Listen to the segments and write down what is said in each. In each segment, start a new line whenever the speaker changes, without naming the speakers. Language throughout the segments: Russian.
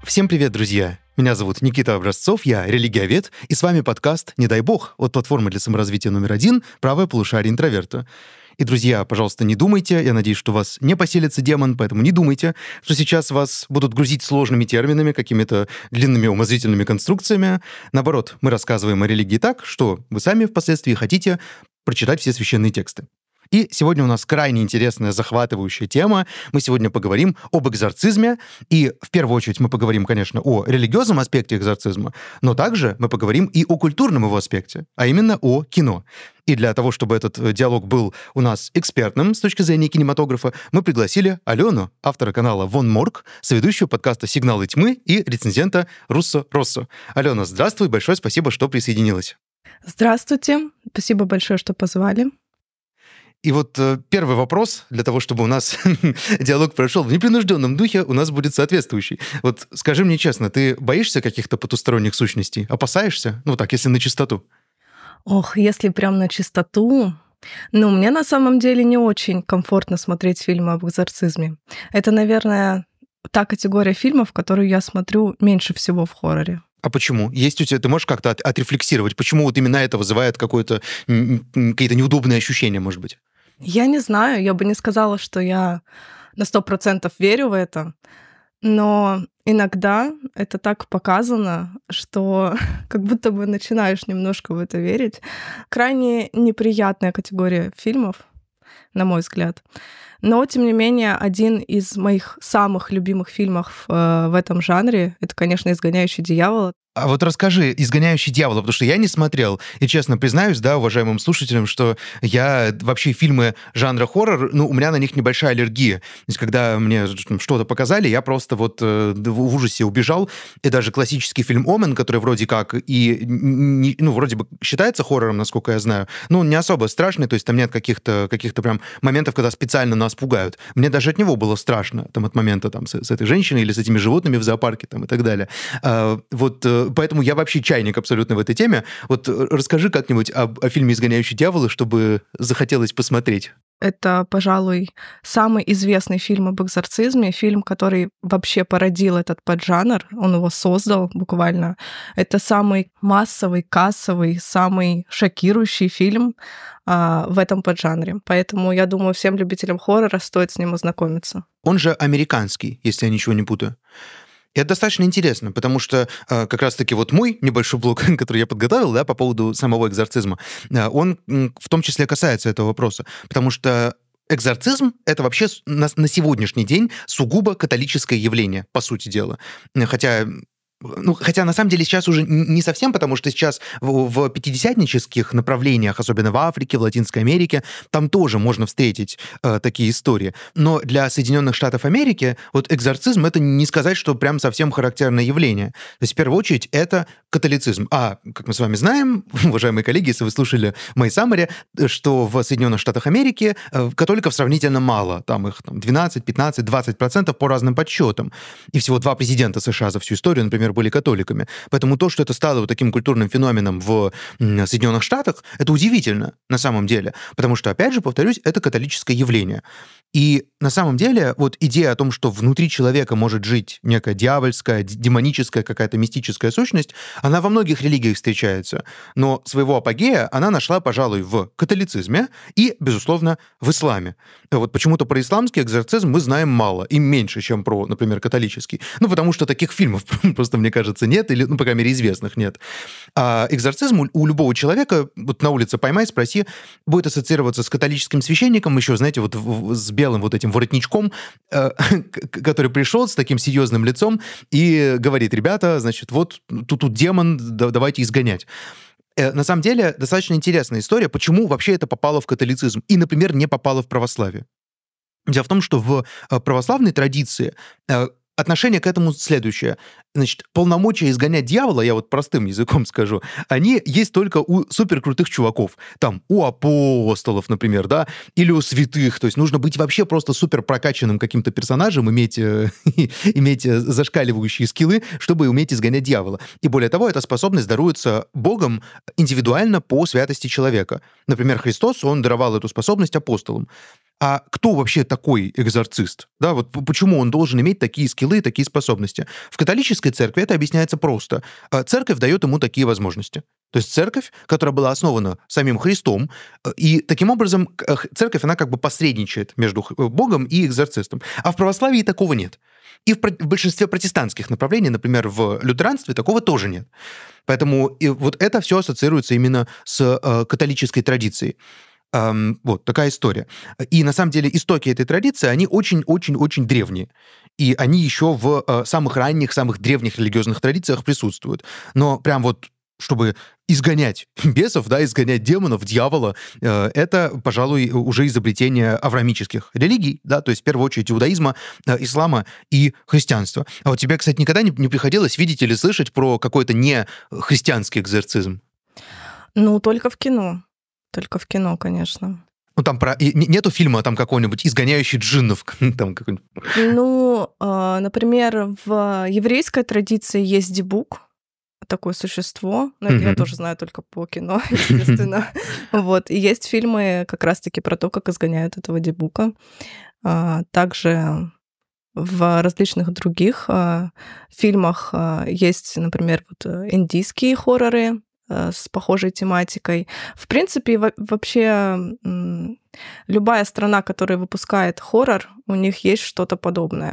Всем привет, друзья! Меня зовут Никита Образцов, я религиовед, и с вами подкаст «Не дай бог» от платформы для саморазвития номер 1 «Правое полушарие интроверта». И, друзья, пожалуйста, не думайте, я надеюсь, что у вас не поселится демон, поэтому не думайте, что сейчас вас будут грузить сложными терминами, какими-то длинными умозрительными конструкциями. Наоборот, мы рассказываем о религии так, что вы сами впоследствии хотите прочитать все священные тексты. И сегодня у нас крайне интересная, захватывающая тема. Мы сегодня поговорим об экзорцизме. И в первую очередь мы поговорим, конечно, о религиозном аспекте экзорцизма, но также мы поговорим и о культурном его аспекте, а именно о кино. И для того, чтобы этот диалог был у нас экспертным с точки зрения кинематографа, мы пригласили Алену, автора канала Вон Морг, соведущую подкаста «Сигналы тьмы» и рецензента Руссо Россо. Алена, здравствуй, большое спасибо, что присоединилась.
Здравствуйте, спасибо большое, что позвали.
И вот первый вопрос, для того, чтобы у нас диалог прошел в непринужденном духе, у нас будет соответствующий. Вот скажи мне честно, ты боишься каких-то потусторонних сущностей? Опасаешься? Ну так, если на чистоту.
Ох, если прям на чистоту... Ну, мне на самом деле не очень комфортно смотреть фильмы об экзорцизме. Это, наверное, та категория фильмов, которую я смотрю меньше всего в хорроре.
А почему? Есть у тебя, ты можешь как-то отрефлексировать, почему вот именно это вызывает какие-то неудобные ощущения, может быть?
Я не знаю, я бы не сказала, что я на 100% верю в это, но иногда это так показано, что как будто бы начинаешь немножко в это верить. Крайне неприятная категория фильмов, на мой взгляд. Но, тем не менее, один из моих самых любимых фильмов в этом жанре — это, конечно, «Изгоняющий дьявола».
А вот расскажи «Изгоняющий дьявола», потому что я не смотрел, и честно признаюсь, да, уважаемым слушателям, что я вообще фильмы жанра хоррор, у меня на них небольшая аллергия. То есть, когда мне что-то показали, я просто вот в ужасе убежал, и даже классический фильм «Омен», который вроде как и, вроде бы считается хоррором, насколько я знаю, не особо страшный, то есть там нет каких-то прям моментов, когда специально нас пугают. Мне даже от него было страшно, там, от момента там, с этой женщиной или с этими животными в зоопарке там, и так далее. Поэтому я вообще чайник абсолютно в этой теме. Вот расскажи как-нибудь о фильме «Изгоняющий дьявола», чтобы захотелось посмотреть.
Это, пожалуй, самый известный фильм об экзорцизме, фильм, который вообще породил этот поджанр, он его создал буквально. Это самый массовый, кассовый, самый шокирующий фильм в этом поджанре. Поэтому, я думаю, всем любителям хоррора стоит с ним ознакомиться.
Он же американский, если я ничего не путаю. И это достаточно интересно, потому что как раз-таки вот мой небольшой блог, который я подготовил, да, по поводу самого экзорцизма, он в том числе касается этого вопроса, потому что экзорцизм — это вообще на сегодняшний день сугубо католическое явление, по сути дела. Хотя на самом деле сейчас уже не совсем, потому что сейчас в пятидесятнических направлениях, особенно в Африке, в Латинской Америке, там тоже можно встретить такие истории. Но для Соединенных Штатов Америки вот экзорцизм — это не сказать, что прям совсем характерное явление. То есть в первую очередь это католицизм. А, как мы с вами знаем, уважаемые коллеги, если вы слушали мои саммари, что в Соединенных Штатах Америки католиков сравнительно мало. Там их 12, 15, 20% по разным подсчетам. И всего 2 президента США за всю историю, например, были католиками. Поэтому то, что это стало вот таким культурным феноменом в Соединенных Штатах, это удивительно на самом деле. Потому что, опять же, повторюсь, это католическое явление. И на самом деле вот идея о том, что внутри человека может жить некая дьявольская, демоническая какая-то мистическая сущность, она во многих религиях встречается. Но своего апогея она нашла, пожалуй, в католицизме и, безусловно, в исламе. Вот почему-то про исламский экзорцизм мы знаем мало, и меньше, чем про, например, католический. Потому что таких фильмов просто, мне кажется, нет, или, по крайней мере, известных нет. А экзорцизм у любого человека, вот на улице поймай, спроси, будет ассоциироваться с католическим священником, еще, знаете, вот с белым вот этим воротничком, который пришел с таким серьезным лицом и говорит: ребята, значит, вот тут демон, давайте изгонять. На самом деле, достаточно интересная история, почему вообще это попало в католицизм и, например, не попало в православие. Дело в том, что в православной традиции отношение к этому следующее. Значит, полномочия изгонять дьявола, я вот простым языком скажу, они есть только у суперкрутых чуваков. Там, у апостолов, например, да, или у святых. То есть нужно быть вообще просто супер прокачанным каким-то персонажем, иметь зашкаливающие скиллы, чтобы уметь изгонять дьявола. И более того, эта способность даруется Богом индивидуально по святости человека. Например, Христос, он даровал эту способность апостолам. а кто вообще такой экзорцист? Да, вот почему он должен иметь такие скиллы, такие способности? В католической церкви это объясняется просто. Церковь дает ему такие возможности. То есть церковь, которая была основана самим Христом, и таким образом церковь, она как бы посредничает между Богом и экзорцистом. А в православии такого нет. И в большинстве протестантских направлений, например, в лютеранстве, такого тоже нет. Поэтому вот это все ассоциируется именно с католической традицией. Вот такая история. И на самом деле истоки этой традиции, они очень-очень-очень древние. И они еще в самых ранних, самых древних религиозных традициях присутствуют. Но прям вот чтобы изгонять бесов, да, изгонять демонов, дьявола, это, пожалуй, уже изобретение авраамических религий, да, то есть в первую очередь иудаизма, ислама и христианства. А вот тебе, кстати, никогда не приходилось видеть или слышать про какой-то не христианский экзорцизм?
Ну, только в кино. Только в кино, конечно.
Ну, там нету фильма там какого-нибудь «Изгоняющий джиннов». Там какой-нибудь...
Ну, например, в еврейской традиции есть дибук, такое существо. Но это я тоже знаю только по кино, естественно. Вот. И есть фильмы как раз-таки про то, как изгоняют этого дибука. Также в различных других фильмах есть, например, вот индийские хорроры с похожей тематикой. В принципе, вообще любая страна, которая выпускает хоррор, у них есть что-то подобное.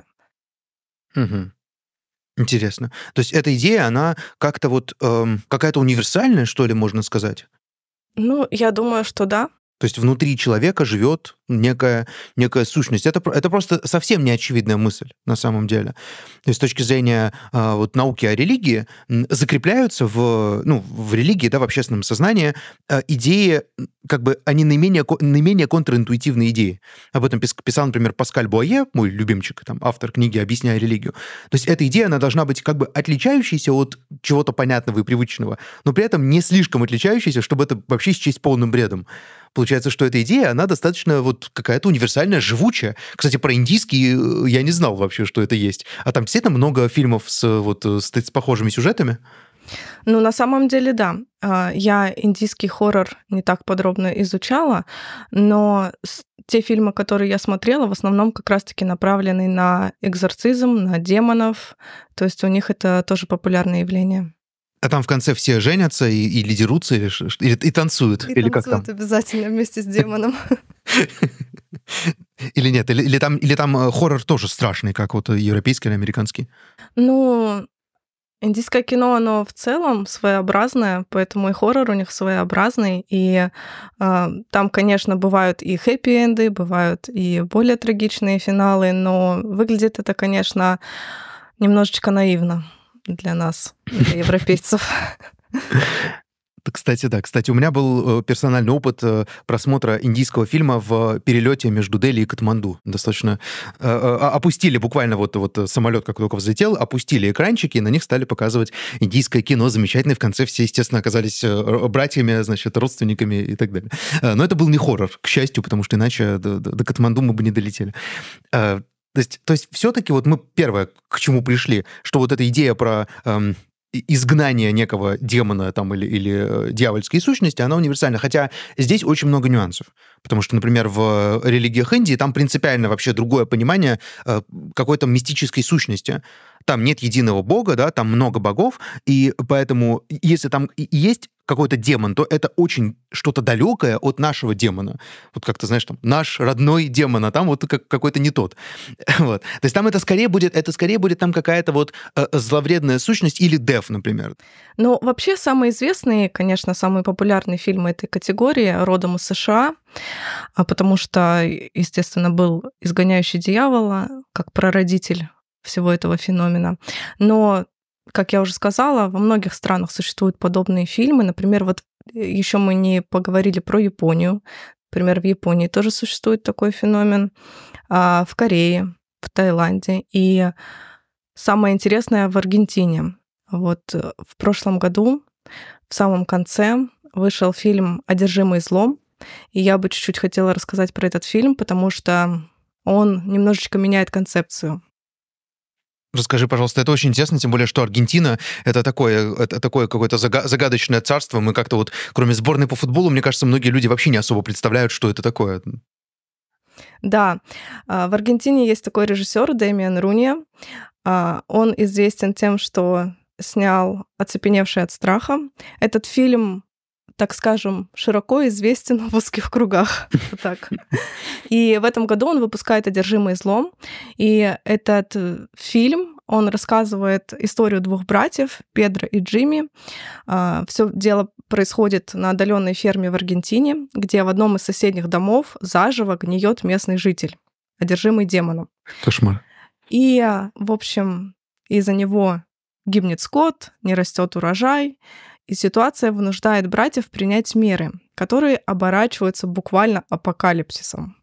Интересно. То есть эта идея, она как-то вот какая-то универсальная, что ли, можно сказать?
Ну, я думаю, что да.
То есть внутри человека живет некая сущность. Это просто совсем неочевидная мысль на самом деле. То есть с точки зрения вот, науки о религии закрепляются в религии, да, в общественном сознании идеи, как бы они наименее контринтуитивные идеи. Об этом писал, например, Паскаль Буае, мой любимчик, там, автор книги «Объясняя религию». То есть эта идея, она должна быть как бы отличающейся от чего-то понятного и привычного, но при этом не слишком отличающейся, чтобы это вообще счесть полным бредом. Получается, что эта идея, она достаточно вот какая-то универсальная, живучая. Кстати, про индийский я не знал вообще, что это есть. А там действительно много фильмов с похожими сюжетами?
Ну, на самом деле, да. Я индийский хоррор не так подробно изучала, но те фильмы, которые я смотрела, в основном как раз-таки направлены на экзорцизм, на демонов. То есть у них это тоже популярное явление.
А там в конце все женятся и дерутся, или танцуют? Или как там?
Обязательно вместе с демоном.
Или нет? Или там хоррор тоже страшный, как вот европейский или американский?
Ну, индийское кино, оно в целом своеобразное, поэтому и хоррор у них своеобразный. И там, конечно, бывают и хэппи-энды, бывают и более трагичные финалы, но выглядит это, конечно, немножечко наивно для нас, для европейцев.
Кстати, да. Кстати, у меня был персональный опыт просмотра индийского фильма в перелете между Дели и Катманду. Достаточно опустили буквально вот самолет, как только взлетел, опустили экранчики, и на них стали показывать индийское кино. Замечательно. В конце все, естественно, оказались братьями, значит, родственниками и так далее. Но это был не хоррор, к счастью, потому что иначе до Катманду мы бы не долетели. То есть все-таки вот мы первое, к чему пришли, что вот эта идея про изгнание некого демона там, или дьявольской сущности, она универсальна. Хотя здесь очень много нюансов. Потому что, например, в религиях Индии там принципиально вообще другое понимание какой-то мистической сущности. Там нет единого бога, да, там много богов, и поэтому если там и есть какой-то демон, то это очень что-то далекое от нашего демона. Вот как ты знаешь, там, наш родной демон, а там вот какой-то не тот. Вот. То есть там это скорее будет там какая-то вот зловредная сущность или деф, например.
Ну, вообще, самые известные, конечно, самые популярные фильмы этой категории родом из США, потому что, естественно, был «Изгоняющий дьявола» как прародитель всего этого феномена. Но, как я уже сказала, во многих странах существуют подобные фильмы. Например, вот еще мы не поговорили про Японию. Например, в Японии тоже существует такой феномен. В Корее, в Таиланде. И самое интересное в Аргентине. Вот в прошлом году, в самом конце, вышел фильм «Одержимый злом». И я бы чуть-чуть хотела рассказать про этот фильм, потому что он немножечко меняет концепцию.
Расскажи, пожалуйста, это очень интересно, тем более, что Аргентина — это такое какое-то загадочное царство. Мы как-то вот, кроме сборной по футболу, мне кажется, многие люди вообще не особо представляют, что это такое.
Да, в Аргентине есть такой режиссер Дэмиан Руния. Он известен тем, что снял «Оцепеневший от страха». Этот фильм, так скажем, широко известен в узких кругах. Вот так. И в этом году он выпускает «Одержимый злом». И этот фильм, он рассказывает историю двух братьев, Педро и Джимми. Все дело происходит на отдаленной ферме в Аргентине, где в одном из соседних домов заживо гниет местный житель, одержимый демоном.
Кошмар.
И, в общем, из-за него гибнет скот, не растет урожай, и ситуация вынуждает братьев принять меры, которые оборачиваются буквально апокалипсисом.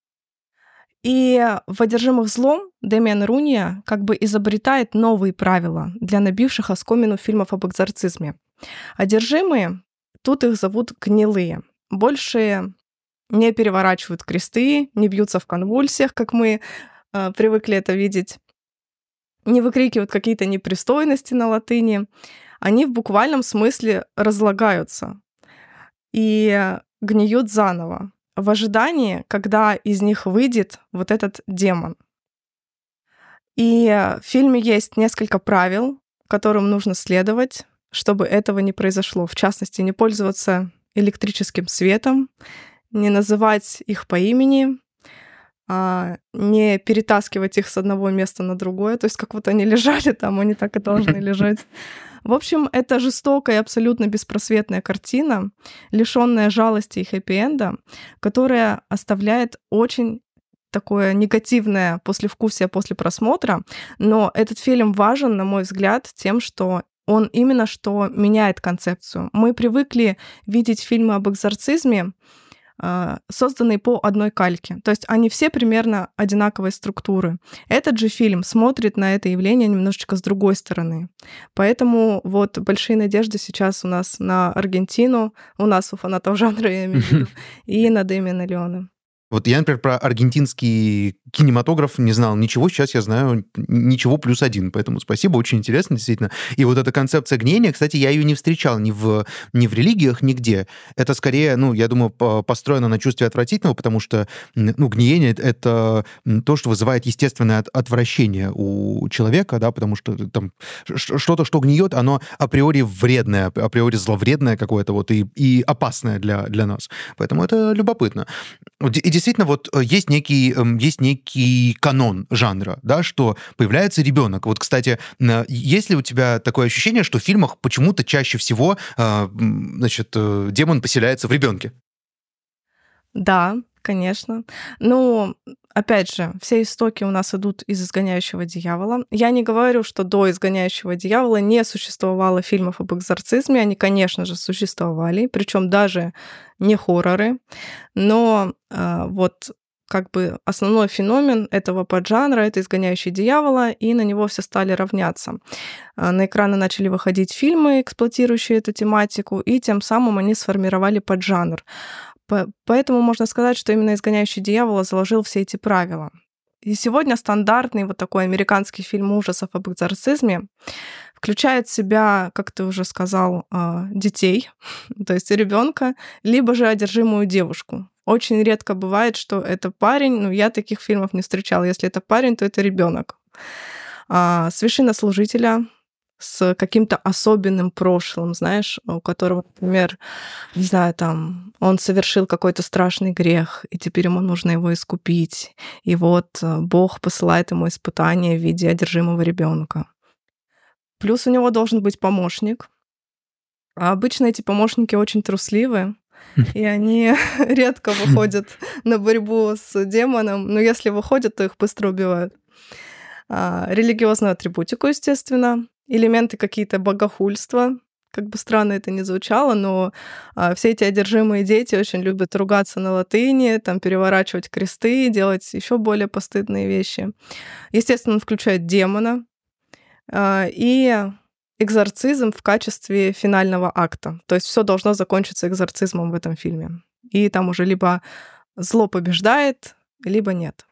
И в «Одержимых злом» Дэмиан Руния как бы изобретает новые правила для набивших оскомину фильмов об экзорцизме. Одержимые, тут их зовут гнилые, больше не переворачивают кресты, не бьются в конвульсиях, как мы привыкли это видеть, не выкрикивают какие-то непристойности на латыни. Они в буквальном смысле разлагаются и гниют заново в ожидании, когда из них выйдет вот этот демон. И в фильме есть несколько правил, которым нужно следовать, чтобы этого не произошло. В частности, не пользоваться электрическим светом, не называть их по имени, не перетаскивать их с одного места на другое. То есть как вот они лежали там, они так и должны лежать. В общем, это жестокая и абсолютно беспросветная картина, лишённая жалости и хэппи-энда, которая оставляет очень такое негативное послевкусие после просмотра. Но этот фильм важен, на мой взгляд, тем, что он именно что меняет концепцию. Мы привыкли видеть фильмы об экзорцизме, созданные по одной кальке. То есть они все примерно одинаковой структуры. Этот же фильм смотрит на это явление немножечко с другой стороны. Поэтому вот большие надежды сейчас у нас на Аргентину, у нас, у фанатов жанра, я имею в виду, и на Дэмиана Леона.
Вот я, например, про аргентинский кинематограф не знал ничего, сейчас я знаю ничего +1, поэтому спасибо, очень интересно, действительно. И вот эта концепция гниения, кстати, я ее не встречал ни в религиях, нигде. Это скорее, я думаю, построено на чувстве отвратительного, потому что, гниение — это то, что вызывает естественное отвращение у человека, да, потому что там что-то, что гниет, оно априори вредное, априори зловредное какое-то вот и опасное для нас. Поэтому это любопытно. И действительно, вот есть некий канон жанра, да, что появляется ребенок. Вот, кстати, есть ли у тебя такое ощущение, что в фильмах почему-то чаще всего, демон поселяется в ребенке?
Да, конечно. Ну, опять же, все истоки у нас идут из «Изгоняющего дьявола». Я не говорю, что до «Изгоняющего дьявола» не существовало фильмов об экзорцизме. Они, конечно же, существовали, причем даже не хорроры. Но вот как бы основной феномен этого поджанра — это «Изгоняющий дьявола», и на него все стали равняться. На экраны начали выходить фильмы, эксплуатирующие эту тематику, и тем самым они сформировали поджанр. Поэтому можно сказать, что именно «Изгоняющий дьявола» заложил все эти правила. И сегодня стандартный вот такой американский фильм ужасов об экзорцизме включает в себя, как ты уже сказал, детей, то есть ребенка, либо же одержимую девушку. Очень редко бывает, что это парень, я таких фильмов не встречала. Если это парень, то это ребенок. Священнослужителя с каким-то особенным прошлым, знаешь, у которого, например, не знаю, там, он совершил какой-то страшный грех, и теперь ему нужно его искупить. И вот Бог посылает ему испытание в виде одержимого ребенка. Плюс у него должен быть помощник. А обычно эти помощники очень трусливые, и они редко выходят на борьбу с демоном, но если выходят, то их быстро убивают. Религиозную атрибутику, естественно, элементы какие-то богохульства, как бы странно это ни звучало, но все эти одержимые дети очень любят ругаться на латыни, там, переворачивать кресты, делать еще более постыдные вещи. Естественно, он включает демона и экзорцизм в качестве финального акта. То есть все должно закончиться экзорцизмом в этом фильме. И там уже либо зло побеждает, либо нет.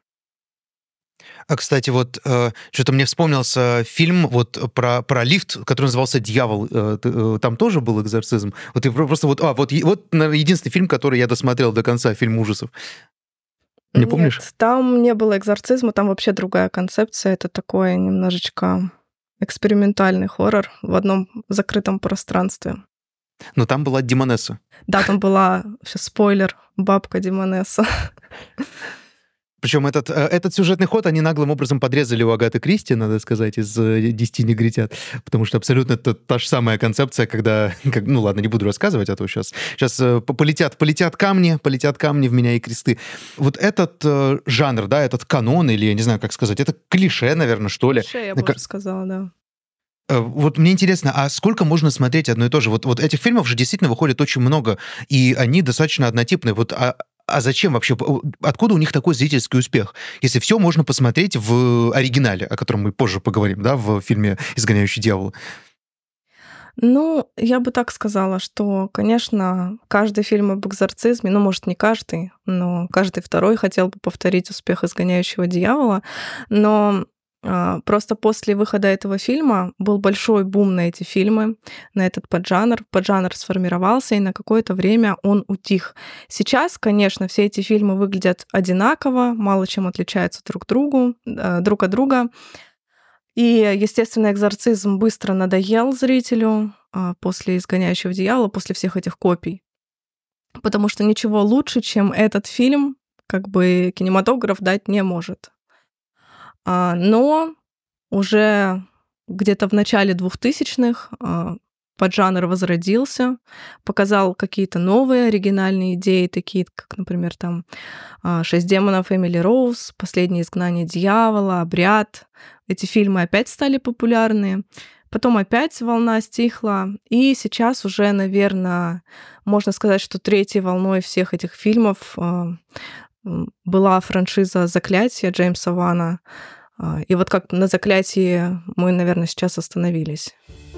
А, кстати, вот что-то мне вспомнился фильм вот про лифт, который назывался «Дьявол». Там тоже был экзорцизм. Вот и просто наверное, единственный фильм, который я досмотрел до конца, фильм ужасов. Не помнишь?
Нет, там не было экзорцизма, там вообще другая концепция. Это такой немножечко экспериментальный хоррор в одном закрытом пространстве.
Но там была демонесса.
Да, там была, сейчас спойлер, бабка Демонесса.
Причем этот сюжетный ход они наглым образом подрезали у Агаты Кристи, надо сказать, из «10 негритят», потому что абсолютно та же самая концепция, когда... Ну ладно, не буду рассказывать, а то сейчас полетят камни в меня и кресты. Вот этот жанр, да, этот канон, или я не знаю, как сказать, это клише, наверное, что ли.
Клише, я бы уже сказала, да.
Вот мне интересно, а сколько можно смотреть одно и то же? Вот этих фильмов же действительно выходит очень много, и они достаточно однотипные. Вот, а зачем вообще? Откуда у них такой зрительский успех? Если все можно посмотреть в оригинале, о котором мы позже поговорим, да, в фильме «Изгоняющий дьявола».
Ну, я бы так сказала, что, конечно, каждый фильм об экзорцизме, ну, может, не каждый, но каждый второй хотел бы повторить успех «Изгоняющего дьявола», но просто после выхода этого фильма был большой бум на эти фильмы, на этот поджанр. Поджанр сформировался, и на какое-то время он утих. Сейчас, конечно, все эти фильмы выглядят одинаково, мало чем отличаются друг от друга. И, естественно, экзорцизм быстро надоел зрителю после «Изгоняющего дьявола», после всех этих копий. Потому что ничего лучше, чем этот фильм, как бы кинематограф дать не может. Но уже где-то в начале 2000-х поджанр возродился, показал какие-то новые оригинальные идеи, такие как, например, там «Шесть демонов» Эмили Роуз, «Последнее изгнание дьявола», «Обряд». Эти фильмы опять стали популярны. Потом опять волна стихла, и сейчас уже, наверное, можно сказать, что третьей волной всех этих фильмов была франшиза «Заклятие» Джеймса Вана. И вот как на «Заклятии» мы, наверное, сейчас остановились.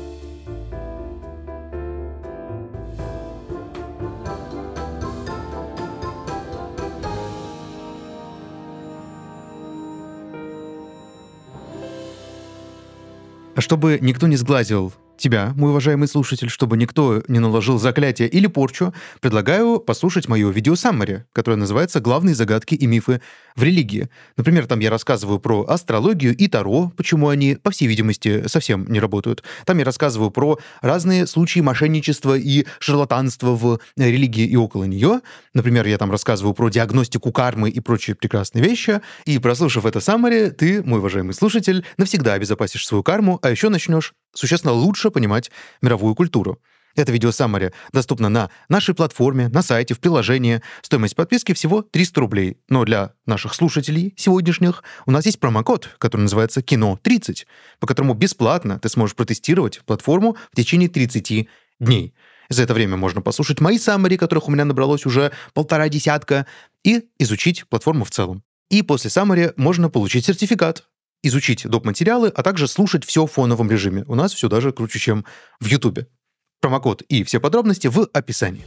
Чтобы никто не сглазил тебя, мой уважаемый слушатель, чтобы никто не наложил заклятие или порчу, предлагаю послушать мое видео-саммари, которое называется «Главные загадки и мифы в религии». Например, там я рассказываю про астрологию и таро, почему они, по всей видимости, совсем не работают. Там я рассказываю про разные случаи мошенничества и шарлатанства в религии и около нее. Например, я там рассказываю про диагностику кармы и прочие прекрасные вещи. И прослушав это саммари, ты, мой уважаемый слушатель, навсегда обезопасишь свою карму, а еще начнешь существенно лучше понимать мировую культуру. Это видео-саммари доступно на нашей платформе, на сайте, в приложении. Стоимость подписки всего 300 рублей. Но для наших слушателей сегодняшних у нас есть промокод, который называется «Кино30», по которому бесплатно ты сможешь протестировать платформу в течение 30 дней. За это время можно послушать мои саммари, которых у меня набралось уже 1,5 десятка, и изучить платформу в целом. И после саммари можно получить сертификат, изучить доп. Материалы, а также слушать все в фоновом режиме. У нас все даже круче, чем в Ютубе. Промокод и все подробности в описании.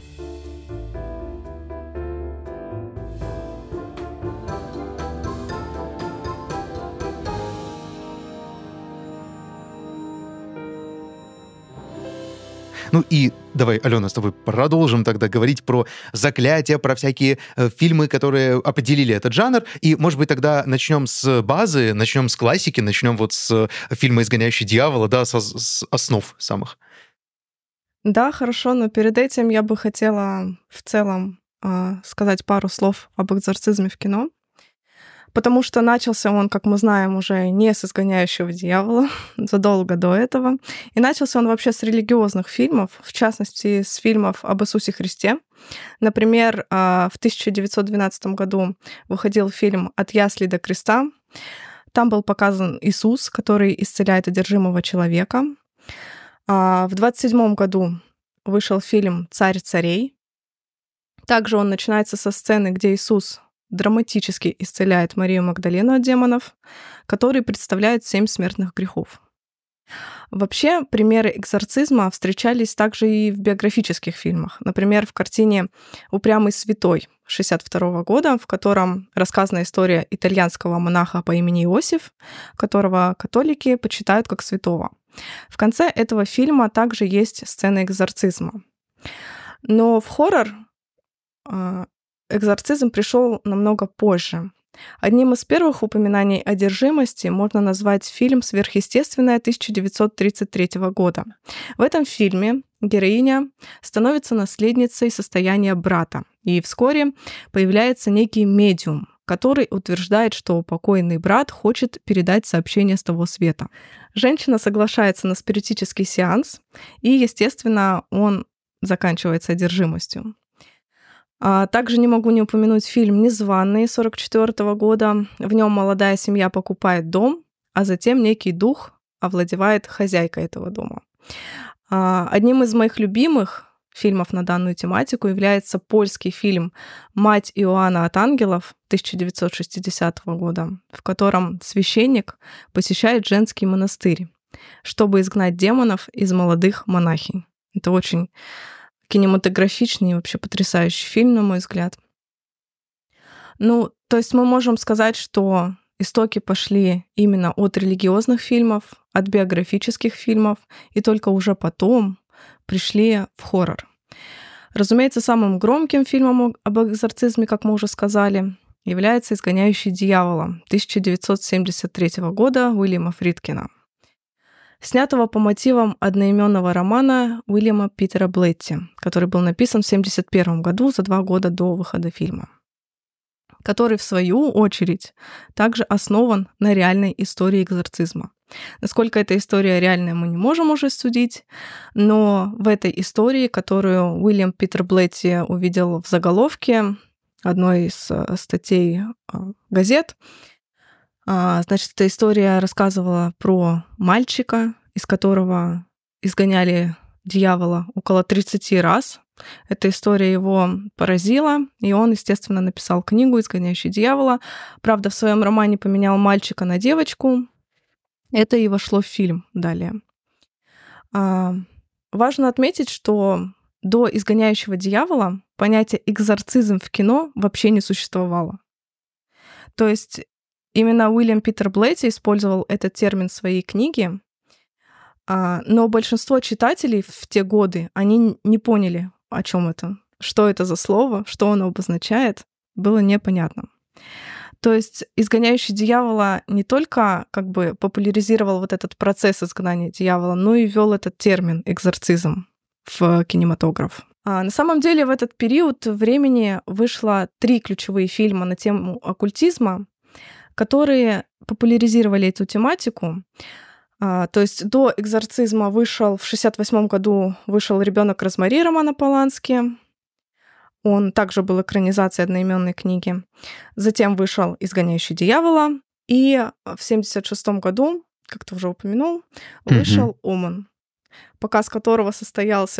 Ну и давай, Алена, с тобой продолжим тогда говорить про заклятия, про всякие фильмы, которые определили этот жанр. И, может быть, тогда начнем с базы, начнем с классики, начнем вот с фильма «Изгоняющий дьявола», да, с основ самых.
Да, хорошо, но перед этим я бы хотела в целом сказать пару слов об экзорцизме в кино. Потому что начался он, как мы знаем, уже не с «Изгоняющего дьявола», задолго до этого. И начался он вообще с религиозных фильмов, в частности, с фильмов об Иисусе Христе. Например, в 1912 году выходил фильм «От яслей до креста». Там был показан Иисус, который исцеляет одержимого человека. В 1927 году вышел фильм «Царь царей». Также он начинается со сцены, где Иисус драматически исцеляет Марию Магдалену от демонов, которые представляют 7 смертных грехов. Вообще, примеры экзорцизма встречались также и в биографических фильмах. Например, в картине «Упрямый святой» 1962 года, в котором рассказана история итальянского монаха по имени Иосиф, которого католики почитают как святого. В конце этого фильма также есть сцена экзорцизма. Но в хоррор экзорцизм пришел намного позже. Одним из первых упоминаний одержимости можно назвать фильм «Сверхъестественное» 1933 года. В этом фильме героиня становится наследницей состояния брата, и вскоре появляется некий медиум, который утверждает, что покойный брат хочет передать сообщение с того света. Женщина соглашается на спиритический сеанс, и, естественно, он заканчивается одержимостью. Также не могу не упомянуть фильм «Незваный» 1944 года. В нем молодая семья покупает дом, а затем некий дух овладевает хозяйкой этого дома. Одним из моих любимых фильмов на данную тематику является польский фильм «Мать Иоанна от ангелов» 1960 года, в котором священник посещает женский монастырь, чтобы изгнать демонов из молодых монахинь. Это очень кинематографичный и вообще потрясающий фильм, на мой взгляд. То есть мы можем сказать, что истоки пошли именно от религиозных фильмов, от биографических фильмов, и только уже потом пришли в хоррор. Разумеется, самым громким фильмом об экзорцизме, как мы уже сказали, является «Изгоняющий дьявола» 1973 года Уильяма Фридкина, снятого по мотивам одноименного романа Уильяма Питера Блетти, который был написан в 1971 году, за 2 года до выхода фильма, который, в свою очередь, также основан на реальной истории экзорцизма. Насколько эта история реальная, мы не можем уже судить, но в этой истории, которую Уильям Питер Блетти увидел в заголовке одной из статей газет, значит, эта история рассказывала про мальчика, из которого изгоняли дьявола около 30 раз. Эта история его поразила, и он, естественно, написал книгу «Изгоняющий дьявола». Правда, в своем романе поменял мальчика на девочку. Это и вошло в фильм далее. Важно отметить, что до «Изгоняющего дьявола» понятие «экзорцизм» в кино вообще не существовало. То есть именно Уильям Питер Блетти использовал этот термин в своей книге, но большинство читателей в те годы, они не поняли, о чем это, что это за слово, что оно обозначает, было непонятно. То есть «Изгоняющий дьявола» не только популяризировал вот этот процесс изгнания дьявола, но и ввел этот термин «экзорцизм» в кинематограф. На самом деле в этот период времени вышло 3 ключевые фильма на тему оккультизма, которые популяризировали эту тематику. То есть до экзорцизма в 1968 году вышел «Ребенок Розмари» Романа Полански. Он также был экранизацией одноименной книги. Затем вышел «Изгоняющий дьявола». И в 1976 году, как ты уже упомянул, вышел «Омен», показ которого состоялся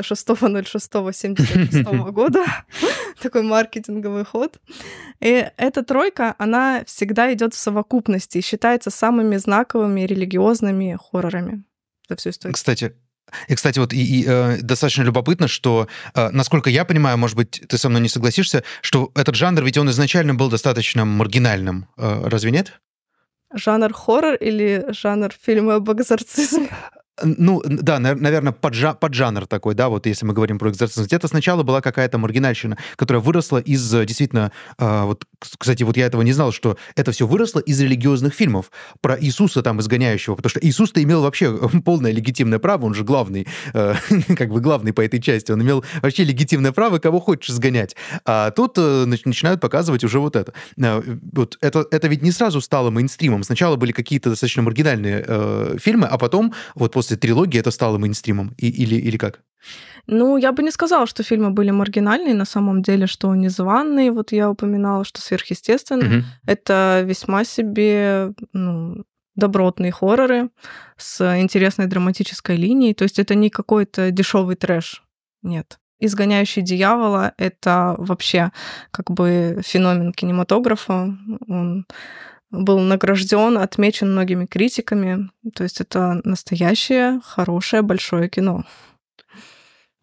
6.06.1976 года. Такой маркетинговый ход. И эта тройка, она всегда идет в совокупности и считается самыми знаковыми религиозными хоррорами за всю историю.
Кстати, вот достаточно любопытно, что, насколько я понимаю, может быть, ты со мной не согласишься, что этот жанр, ведь он изначально был достаточно маргинальным. Разве нет?
Жанр хоррор или жанр фильма об экзорцизме?
Да, наверное, поджанр такой, да, вот если мы говорим про экзорцизм. Где-то сначала была какая-то маргинальщина, которая выросла из, действительно, кстати, вот я этого не знал, что это все выросло из религиозных фильмов про Иисуса там изгоняющего, потому что Иисус-то имел вообще полное легитимное право, он же главный, главный по этой части, он имел вообще легитимное право кого хочешь изгонять. А тут начинают показывать уже вот это. Вот это ведь не сразу стало мейнстримом. Сначала были какие-то достаточно маргинальные фильмы, а потом, вот после трилогии, это стало мейнстримом? Или как?
Я бы не сказала, что фильмы были маргинальные. На самом деле, что «Незваный», вот я упоминала, что «Сверхъестественное», это весьма себе добротные хорроры с интересной драматической линией. То есть это не какой-то дешевый трэш. Нет. «Изгоняющий дьявола» — это вообще феномен кинематографа. Он был награжден, отмечен многими критиками. То есть это настоящее, хорошее, большое кино.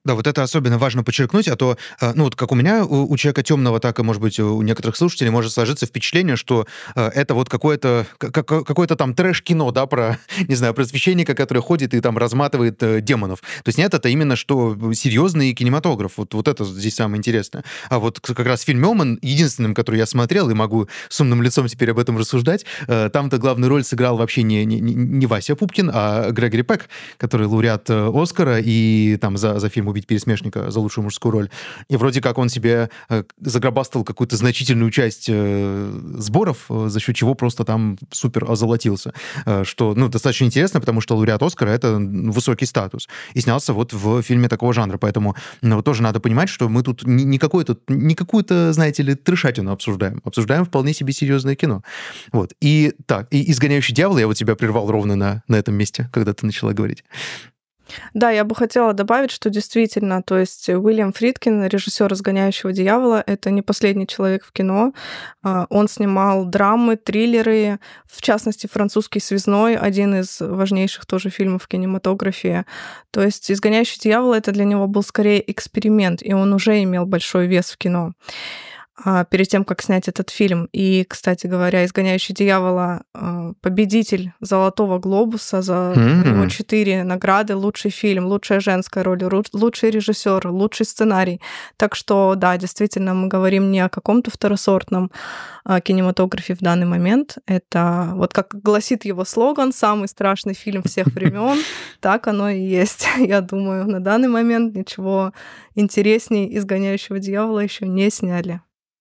Да, вот это особенно важно подчеркнуть, а то, ну вот как у меня, у человека темного, так и, может быть, у некоторых слушателей может сложиться впечатление, что это вот какое-то там трэш-кино, да, про, не знаю, про священника, который ходит и там разматывает демонов. То есть нет, это именно что серьезный кинематограф. Вот это здесь самое интересное. А вот как раз фильм «Омен», единственным, который я смотрел, и могу с умным лицом теперь об этом рассуждать, там-то главную роль сыграл вообще не Вася Пупкин, а Грегори Пек, который лауреат Оскара, и там за фильм «Убить пересмешника» за лучшую мужскую роль. И вроде как он себе загробастал какую-то значительную часть сборов, за счет чего просто там супер озолотился. Что, ну, достаточно интересно, потому что лауреат Оскара — это высокий статус. И снялся вот в фильме такого жанра. Поэтому вот тоже надо понимать, что мы тут не какую-то, знаете ли, трешатину обсуждаем. Обсуждаем вполне себе серьезное кино. Вот. И так, и «Изгоняющий дьявола», я вот тебя прервал ровно на этом месте, когда ты начала говорить.
Да, я бы хотела добавить, что действительно, то есть Уильям Фридкин, режиссер «Изгоняющего дьявола», это не последний человек в кино. Он снимал драмы, триллеры, в частности, «Французский связной», один из важнейших тоже фильмов в кинематографе. То есть «Изгоняющий дьявола» — это для него был скорее эксперимент, и он уже имел большой вес в кино перед тем, как снять этот фильм. И, кстати говоря, «Изгоняющий дьявола» победитель «Золотого глобуса», за у него 4 награды: лучший фильм, лучшая женская роль, лучший режиссер, лучший сценарий. Так что, да, действительно, мы говорим не о каком-то второсортном кинематографе в данный момент. Это, вот как гласит его слоган, самый страшный фильм всех времен. Так оно и есть. Я думаю, на данный момент ничего интереснее «Изгоняющего дьявола» еще не сняли.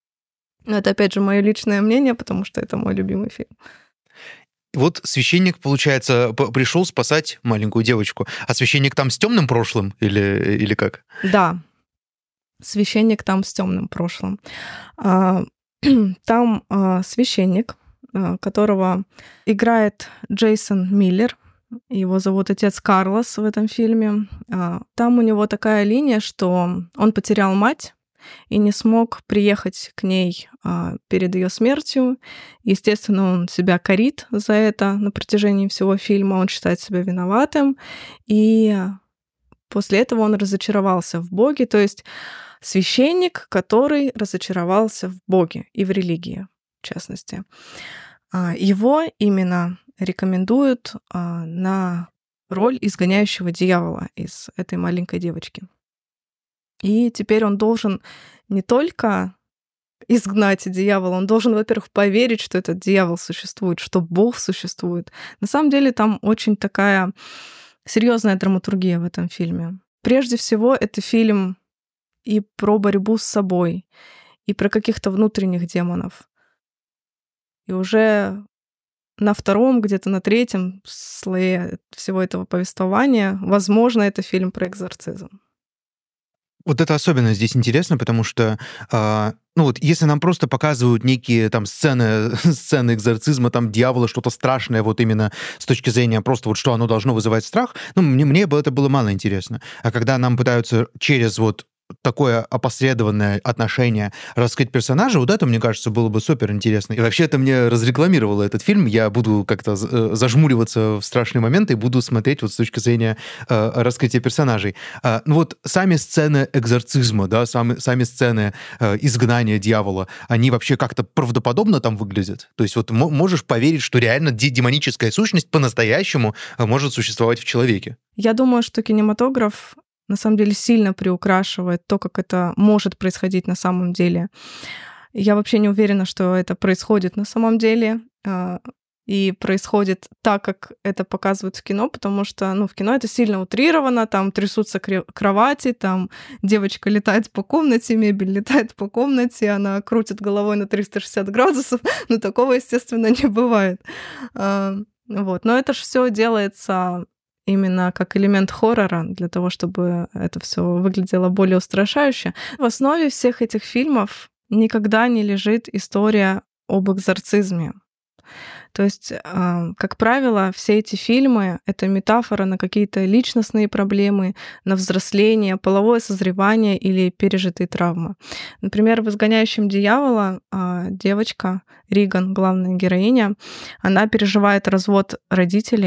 Но это, опять же, мое личное мнение, потому что это мой любимый фильм.
Вот священник, получается, пришел спасать маленькую девочку. А священник там с темным прошлым или как?
Да, священник там с темным прошлым. Там священник, которого играет Джейсон Миллер. Его зовут отец Карлос в этом фильме. Там у него такая линия, что он потерял мать и не смог приехать к ней перед ее смертью. Естественно, он себя корит за это на протяжении всего фильма, он считает себя виноватым, и после этого он разочаровался в Боге, то есть священник, который разочаровался в Боге и в религии, в частности. Его именно рекомендуют на роль изгоняющего дьявола из этой маленькой девочки. И теперь он должен не только изгнать дьявола, он должен, во-первых, поверить, что этот дьявол существует, что Бог существует. На самом деле там очень такая серьезная драматургия в этом фильме. Прежде всего, это фильм и про борьбу с собой, и про каких-то внутренних демонов. И уже на втором, где-то на третьем слое всего этого повествования, возможно, это фильм про экзорцизм.
Вот это особенно здесь интересно, потому что, ну вот, если нам просто показывают некие там сцены экзорцизма, там дьявола, что-то страшное, вот именно с точки зрения просто вот что оно должно вызывать страх, ну, мне бы это было мало интересно. А когда нам пытаются через вот такое опосредованное отношение раскрыть персонажа, вот это, мне кажется, было бы супер интересно. И вообще это мне разрекламировало этот фильм. Я буду как-то зажмуриваться в страшные моменты и буду смотреть вот с точки зрения раскрытия персонажей. Ну вот сами сцены экзорцизма, да, сами сцены изгнания дьявола, они вообще как-то правдоподобно там выглядят? То есть вот можешь поверить, что реально демоническая сущность по-настоящему может существовать в человеке?
Я думаю, что кинематограф на самом деле сильно приукрашивает то, как это может происходить на самом деле. Я вообще не уверена, что это происходит на самом деле и происходит так, как это показывают в кино, потому что, ну, в кино это сильно утрировано, там трясутся кровати, там девочка летает по комнате, мебель летает по комнате, она крутит головой на 360 градусов, но такого, естественно, не бывает. Вот. Но это же все делается именно как элемент хоррора, для того, чтобы это все выглядело более устрашающе. В основе всех этих фильмов никогда не лежит история об экзорцизме. То есть, как правило, все эти фильмы — это метафора на какие-то личностные проблемы, на взросление, половое созревание или пережитые травмы. Например, в «Изгоняющем дьявола» девочка Риган, главная героиня, она переживает развод родителей,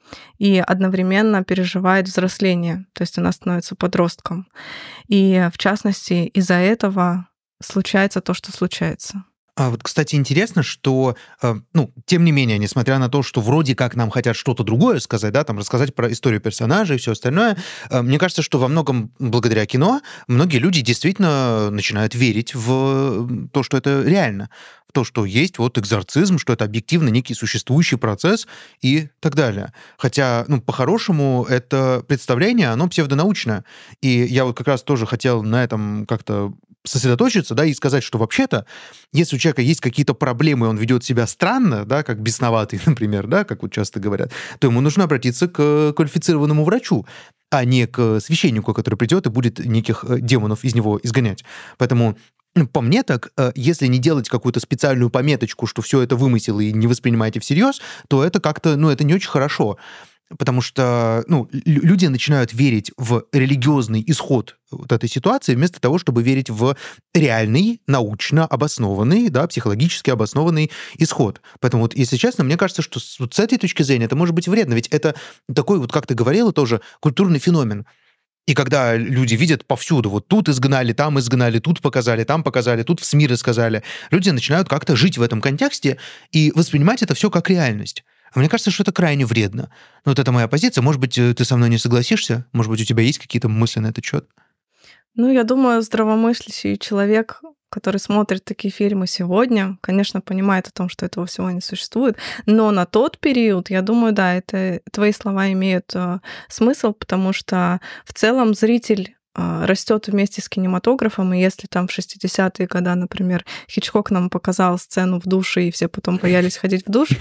и одновременно переживает взросление, то есть она становится подростком. И, в частности, из-за этого случается то, что случается.
А вот, кстати, интересно, что, тем не менее, несмотря на то, что вроде как нам хотят что-то другое сказать, да, там рассказать про историю персонажей и все остальное, мне кажется, что во многом благодаря кино многие люди действительно начинают верить в то, что это реально, в то, что есть вот экзорцизм, что это объективно некий существующий процесс и так далее. Хотя, по-хорошему, это представление, оно псевдонаучное. И я вот как раз тоже хотел на этом как-то сосредоточиться, да, и сказать, что вообще-то, если у человека есть какие-то проблемы, и он ведет себя странно, да, как бесноватый, например, да, как вот часто говорят, то ему нужно обратиться к квалифицированному врачу, а не к священнику, который придет и будет неких демонов из него изгонять. Поэтому по мне так, если не делать какую-то специальную пометочку, что все это вымысел и не воспринимайте всерьез, то это как-то, это не очень хорошо. Потому что люди начинают верить в религиозный исход вот этой ситуации вместо того, чтобы верить в реальный, научно обоснованный, да, психологически обоснованный исход. Поэтому вот, если честно, мне кажется, что вот с этой точки зрения это может быть вредно, ведь это такой, вот как ты говорила тоже, культурный феномен. И когда люди видят повсюду, вот тут изгнали, тут показали, тут в СМИ рассказали, люди начинают как-то жить в этом контексте и воспринимать это все как реальность. А мне кажется, что это крайне вредно. Вот это моя позиция. Может быть, ты со мной не согласишься? Может быть, у тебя есть какие-то мысли на этот счет?
Я думаю, здравомыслящий человек, который смотрит такие фильмы сегодня, конечно, понимает о том, что этого всего не существует. Но на тот период, я думаю, да, это твои слова имеют смысл, потому что в целом зритель растет вместе с кинематографом, и если там в 60-е годы, например, Хичкок нам показал сцену в душе, и все потом боялись ходить в душ,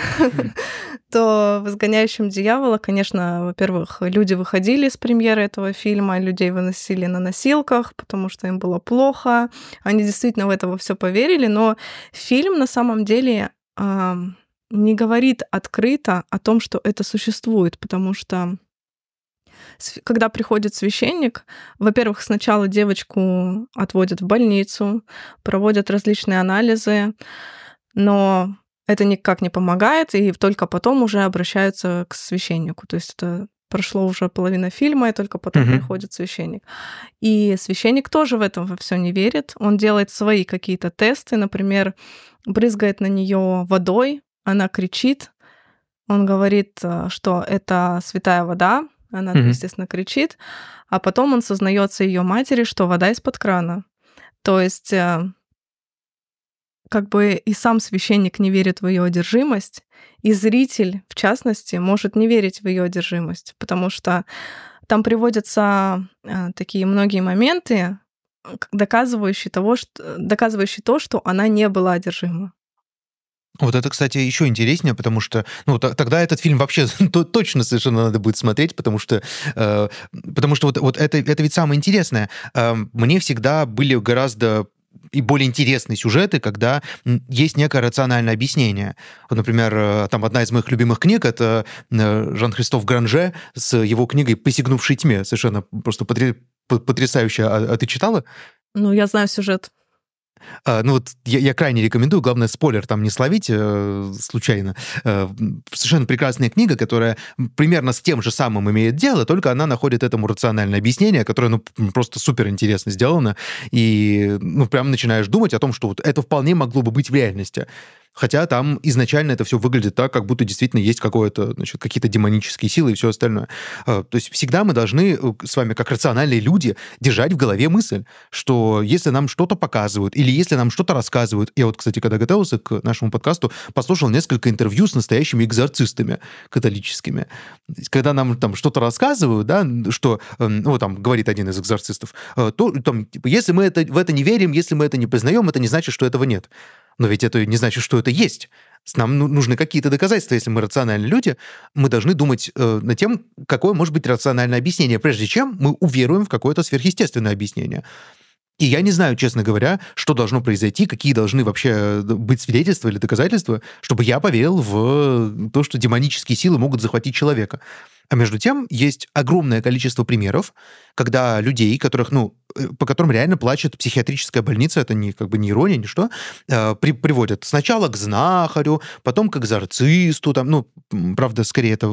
то в «Изгоняющем дьявола», конечно, во-первых, люди выходили с премьеры этого фильма, людей выносили на носилках, потому что им было плохо, они действительно в это все поверили, но фильм на самом деле не говорит открыто о том, что это существует, потому что когда приходит священник, во-первых, сначала девочку отводят в больницу, проводят различные анализы, но это никак не помогает, и только потом уже обращаются к священнику. То есть это прошло уже половина фильма, и только потом приходит священник. И священник тоже в этом во все не верит. Он делает свои какие-то тесты, например, брызгает на нее водой, она кричит, он говорит, что это святая вода, она, естественно, кричит, а потом он сознается ее матери, что вода из-под крана. То есть как бы и сам священник не верит в ее одержимость, и зритель, в частности, может не верить в ее одержимость, потому что там приводятся такие многие моменты, доказывающие то, что она не была одержима.
Вот это, кстати, еще интереснее, потому что тогда этот фильм вообще точно совершенно надо будет смотреть, потому что вот это ведь самое интересное. Мне всегда были гораздо и более интересные сюжеты, когда есть некое рациональное объяснение. Вот, например, там одна из моих любимых книг — это Жан-Кристоф Гранже с его книгой «Посягнувший тьме». Совершенно просто потрясающая. А ты читала?
Я знаю сюжет.
Я крайне рекомендую, главное, спойлер там не словить случайно. Совершенно прекрасная книга, которая примерно с тем же самым имеет дело, только она находит этому рациональное объяснение, которое, просто супер интересно сделано, и, прям начинаешь думать о том, что вот это вполне могло бы быть в реальности. Хотя там изначально это все выглядит так, как будто действительно есть какие-то демонические силы и все остальное. То есть всегда мы должны с вами, как рациональные люди, держать в голове мысль, что если нам что-то показывают или если нам что-то рассказывают... Я вот, кстати, когда готовился к нашему подкасту, послушал несколько интервью с настоящими экзорцистами католическими. Когда нам там что-то рассказывают, да, что, там говорит один из экзорцистов, то там, если мы в это не верим, если мы это не признаем, это не значит, что этого нет. Но ведь это не значит, что это есть. Нам нужны какие-то доказательства. Если мы рациональные люди, мы должны думать над тем, какое может быть рациональное объяснение, прежде чем мы уверуем в какое-то сверхъестественное объяснение. И я не знаю, честно говоря, что должно произойти, какие должны вообще быть свидетельства или доказательства, чтобы я поверил в то, что демонические силы могут захватить человека. А между тем, есть огромное количество примеров, когда людей, которых, по которым реально плачет психиатрическая больница, это не как бы не ирония, ни что, приводят сначала к знахарю, потом к экзорцисту, там, ну, правда, скорее это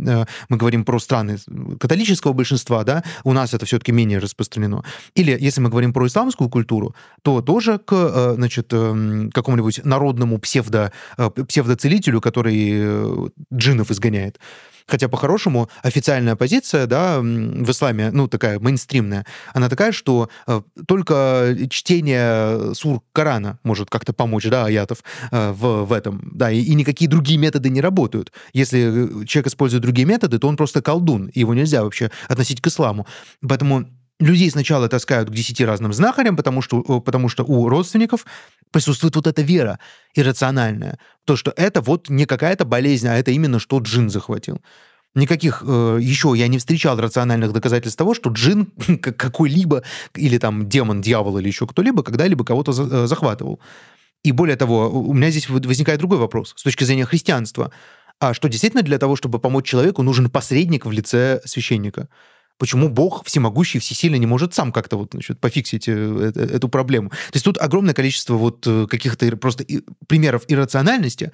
мы говорим про страны католического большинства, да, у нас это все-таки менее распространено. Или если мы говорим про исламскую культуру, то тоже к, значит, какому-нибудь народному псевдоцелителю, который джиннов изгоняет. Хотя, по-хорошему, официальная позиция, да, в исламе, ну, такая мейнстримная, она такая, что только чтение сур Корана может как-то помочь, да, аятов в этом, да, и никакие другие методы не работают. Если человек использует другие методы, то он просто колдун, и его нельзя вообще относить к исламу. Поэтому людей сначала таскают к 10 разным знахарям, потому что у родственников присутствует вот эта вера иррациональная. То, что это вот не какая-то болезнь, а это именно что джин захватил. Никаких еще я не встречал рациональных доказательств того, что джин какой-либо, или там демон, дьявол или еще кто-либо когда-либо кого-то захватывал. И более того, у меня здесь возникает другой вопрос с точки зрения христианства. А что действительно для того, чтобы помочь человеку, нужен посредник в лице священника? Почему Бог всемогущий, всесильный не может сам как-то вот, значит, пофиксить эту проблему? То есть тут огромное количество вот каких-то просто примеров иррациональности.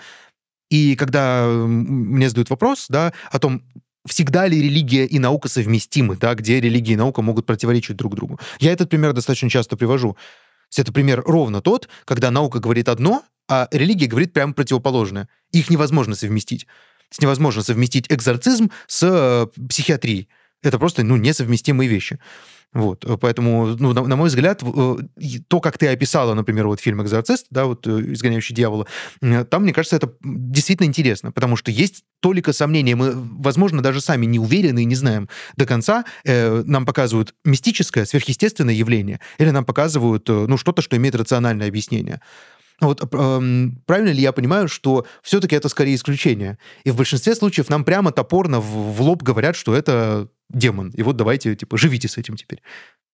И когда мне задают вопрос, да, о том, всегда ли религия и наука совместимы, да, где религия и наука могут противоречить друг другу. Я этот пример достаточно часто привожу. То есть это пример ровно тот, когда наука говорит одно, а религия говорит прямо противоположное. Их невозможно совместить. То есть невозможно совместить экзорцизм с психиатрией. Это просто, ну, несовместимые вещи. Вот, поэтому, ну, на мой взгляд, то, как ты описала, например, вот фильм «Экзорцист», да, вот «Изгоняющий дьявола», там, мне кажется, это действительно интересно, потому что есть толика сомнений. Мы, возможно, даже сами не уверены и не знаем до конца. Нам показывают мистическое, сверхъестественное явление, или нам показывают, ну, что-то, что имеет рациональное объяснение. Вот правильно ли я понимаю, что все-таки это скорее исключение? И в большинстве случаев нам прямо топорно в лоб говорят, что это демон. И вот давайте, типа, живите с этим теперь.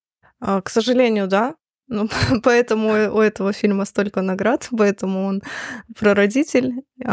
К сожалению, да. Ну, поэтому у этого фильма столько наград, поэтому он прародитель.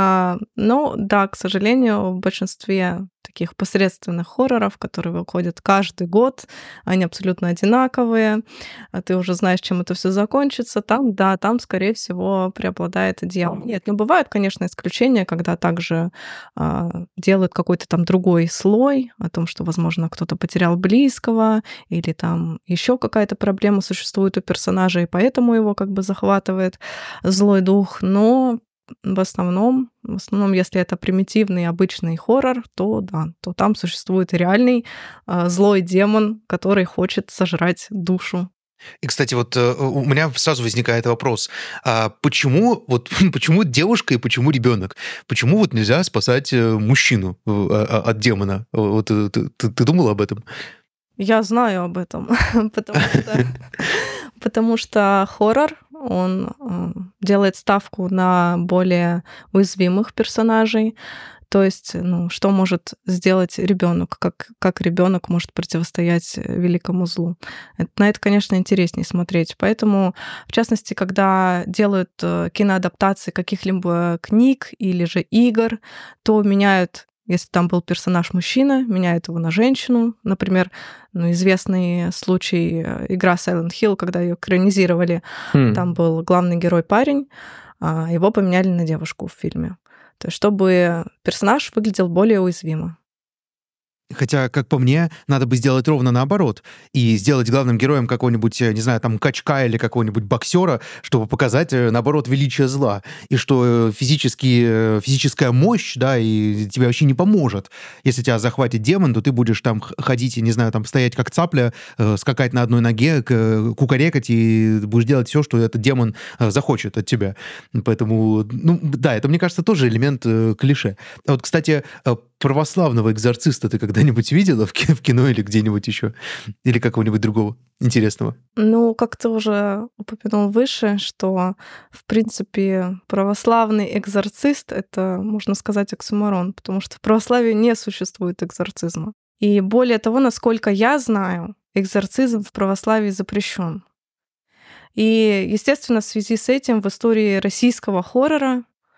Но да, к сожалению, в большинстве таких посредственных хорроров, которые выходят каждый год, они абсолютно одинаковые, а ты уже знаешь, чем это все закончится. Там, да, там, скорее всего, преобладает дьявол. Нет, ну бывают, конечно, исключения, когда также делают какой-то там другой слой о том, что, возможно, кто-то потерял близкого, или там еще какая-то проблема существует у персонажа, и поэтому его как бы захватывает злой дух. Но в основном, если это примитивный обычный хоррор, то да, то там существует реальный злой демон, который хочет сожрать душу.
И, кстати, вот у меня сразу возникает вопрос, почему девушка и почему ребенок? Почему вот нельзя спасать мужчину от демона? Вот ты думала об этом?
Я знаю об этом, потому что хоррор, он делает ставку на более уязвимых персонажей. То есть, ну, что может сделать ребенок, как ребенок может противостоять великому злу. На это, конечно, интереснее смотреть. Поэтому, в частности, когда делают киноадаптации каких-либо книг или же игр, то меняют. Если там был персонаж мужчина, меняют его на женщину. Например, известный случай игра Silent Hill, когда ее экранизировали. Там был главный герой парень, а его поменяли на девушку в фильме. То есть чтобы персонаж выглядел более уязвимо.
Хотя, как по мне, надо бы сделать ровно наоборот. И сделать главным героем какого-нибудь, не знаю, там, качка или какого-нибудь боксера, чтобы показать, наоборот, величие зла. И что физическая мощь, да, и тебе вообще не поможет. Если тебя захватит демон, то ты будешь там ходить, не знаю, там, стоять как цапля, скакать на одной ноге, кукарекать, и будешь делать все, что этот демон захочет от тебя. Поэтому, ну, да, это, мне кажется, тоже элемент клише. А вот, кстати, православного экзорциста ты когда-нибудь видела в кино или где-нибудь еще? Или какого-нибудь другого интересного?
Ну, как ты уже упомянул выше, что, в принципе, православный экзорцист — это, можно сказать, оксюморон, потому что в православии не существует экзорцизма. И более того, насколько я знаю, экзорцизм в православии запрещен. И, естественно, в связи с этим в истории российского хоррора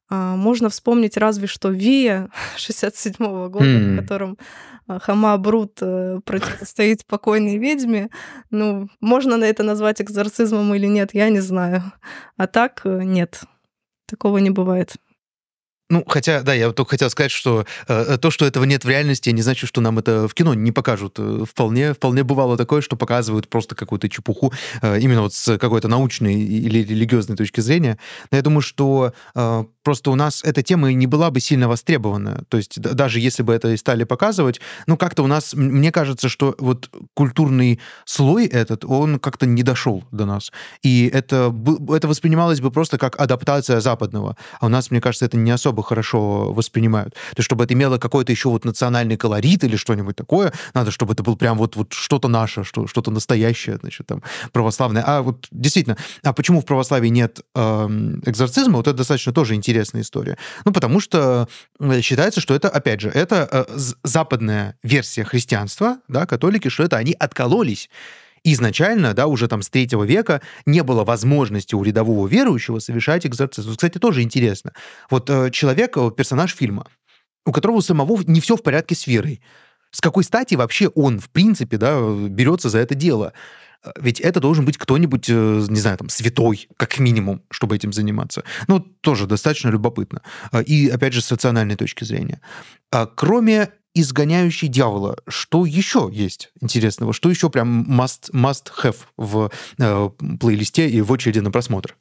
Можно вспомнить разве что «Вия» 67 года, в котором Хома Брут противостоит покойной ведьме. Ну, можно на это назвать экзорцизмом или нет, я не знаю. А так нет, такого не бывает.
Ну, хотя, да, я только хотел сказать, что то, что этого нет в реальности, не значит, что нам это в кино не покажут. Вполне бывало такое, что показывают просто какую-то чепуху именно вот с какой-то научной или религиозной точки зрения. Но я думаю, что просто у нас эта тема и не была бы сильно востребована. То есть даже если бы это и стали показывать, ну, как-то у нас, мне кажется, что вот культурный слой этот, он как-то не дошел до нас. И это воспринималось бы просто как адаптация западного. А у нас, мне кажется, это не особо хорошо воспринимают. То есть, чтобы это имело какой-то еще вот национальный колорит или что-нибудь такое, надо, чтобы это был прям вот что-то наше, что-то настоящее, значит, там, православное. А вот действительно, а почему в православии нет экзорцизма? Вот это достаточно тоже интересная история. Ну, потому что считается, что это, опять же, это западная версия христианства, да, католики, что это они откололись. Изначально, да, уже там с 3 века не было возможности у рядового верующего совершать экзорцизм. Кстати, тоже интересно. Вот человек, персонаж фильма, у которого самого не все в порядке с верой. С какой стати вообще он, в принципе, да, берется за это дело? Ведь это должен быть кто-нибудь, не знаю, там, святой, как минимум, чтобы этим заниматься. Ну, тоже достаточно любопытно. И, опять же, с рациональной точки зрения. Кроме «Изгоняющий дьявола», что еще есть интересного? Что еще прям must have в плейлисте и в очереди на просмотр?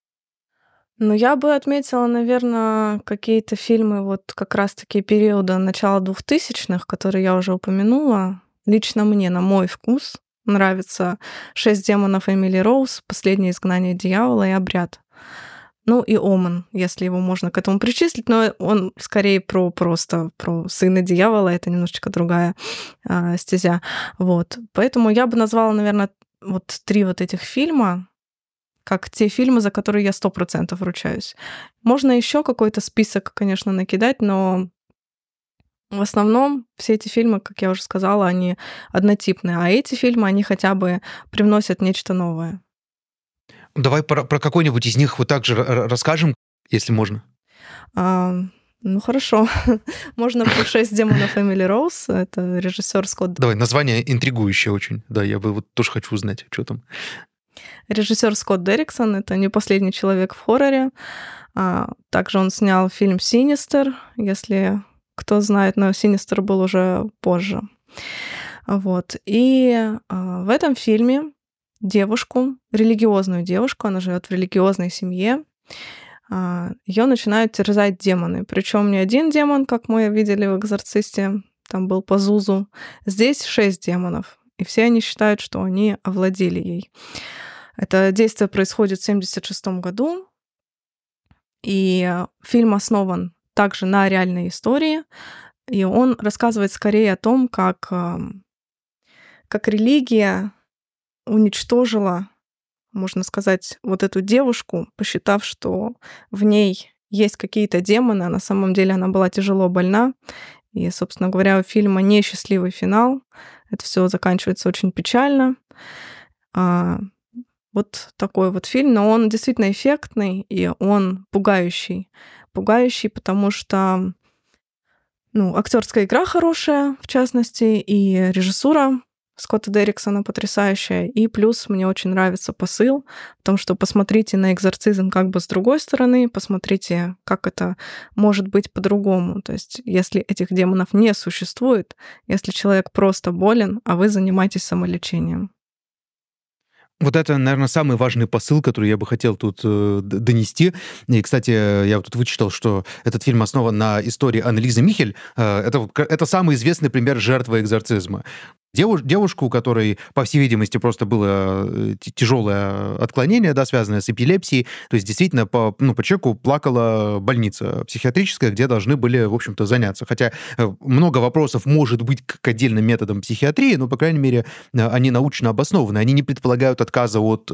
Ну, я бы отметила, наверное, какие-то фильмы вот как раз-таки периода начала 2000-х, которые я уже упомянула. Лично мне, на мой вкус, нравится «Шесть демонов» Эмили Роуз, «Последнее изгнание дьявола» и «Обряд». Ну и «Омен», если его можно к этому причислить, но он скорее просто про сына дьявола, это немножечко другая стезя. Вот. Поэтому я бы назвала, наверное, вот 3 вот этих фильма, как те фильмы, за которые я 100% ручаюсь. Можно еще какой-то список, конечно, накидать, но в основном все эти фильмы, как я уже сказала, они однотипные, а эти фильмы, они хотя бы привносят нечто новое.
Давай про какой-нибудь из них вот так же расскажем, если можно.
Ну, хорошо. Можно про «Шесть демонов» Эмили Роуз. Это режиссер Скотт...
Давай, название интригующее очень. Да, я бы вот тоже хочу узнать, что там.
Режиссер Скотт Дерриксон. Это не последний человек в хорроре. Также он снял фильм «Синистер», если кто знает, но «Синистер» был уже позже. Вот. И в этом фильме девушку, религиозную девушку, она живет в религиозной семье, ее начинают терзать демоны. Причем не один демон, как мы видели в «Экзорцисте», там был Пазузу. Здесь 6 демонов, и все они считают, что они овладели ей. Это действие происходит в 1976 году, и фильм основан также на реальной истории, и он рассказывает скорее о том, как религия уничтожила, можно сказать, вот эту девушку, посчитав, что в ней есть какие-то демоны, а на самом деле она была тяжело больна. И, собственно говоря, у фильма несчастливый финал. Это все заканчивается очень печально. Вот такой вот фильм, но он действительно эффектный, и он пугающий. Пугающий, потому что актерская игра хорошая, в частности, и режиссура Скотта Дерриксона потрясающая. И плюс мне очень нравится посыл в том, что посмотрите на экзорцизм как бы с другой стороны, посмотрите, как это может быть по-другому. То есть если этих демонов не существует, если человек просто болен, а вы занимаетесь самолечением.
Вот это, наверное, самый важный посыл, который я бы хотел тут донести. И, кстати, я тут вычитал, что этот фильм основан на истории Аннелизы Михель. Это самый известный пример жертвы экзорцизма. Девушку, у которой, по всей видимости, просто было тяжелое отклонение, да, связанное с эпилепсией. То есть, действительно, по человеку плакала больница психиатрическая, где должны были, в общем-то, заняться. Хотя много вопросов может быть к отдельным методам психиатрии, но, по крайней мере, они научно обоснованы. Они не предполагают отказа от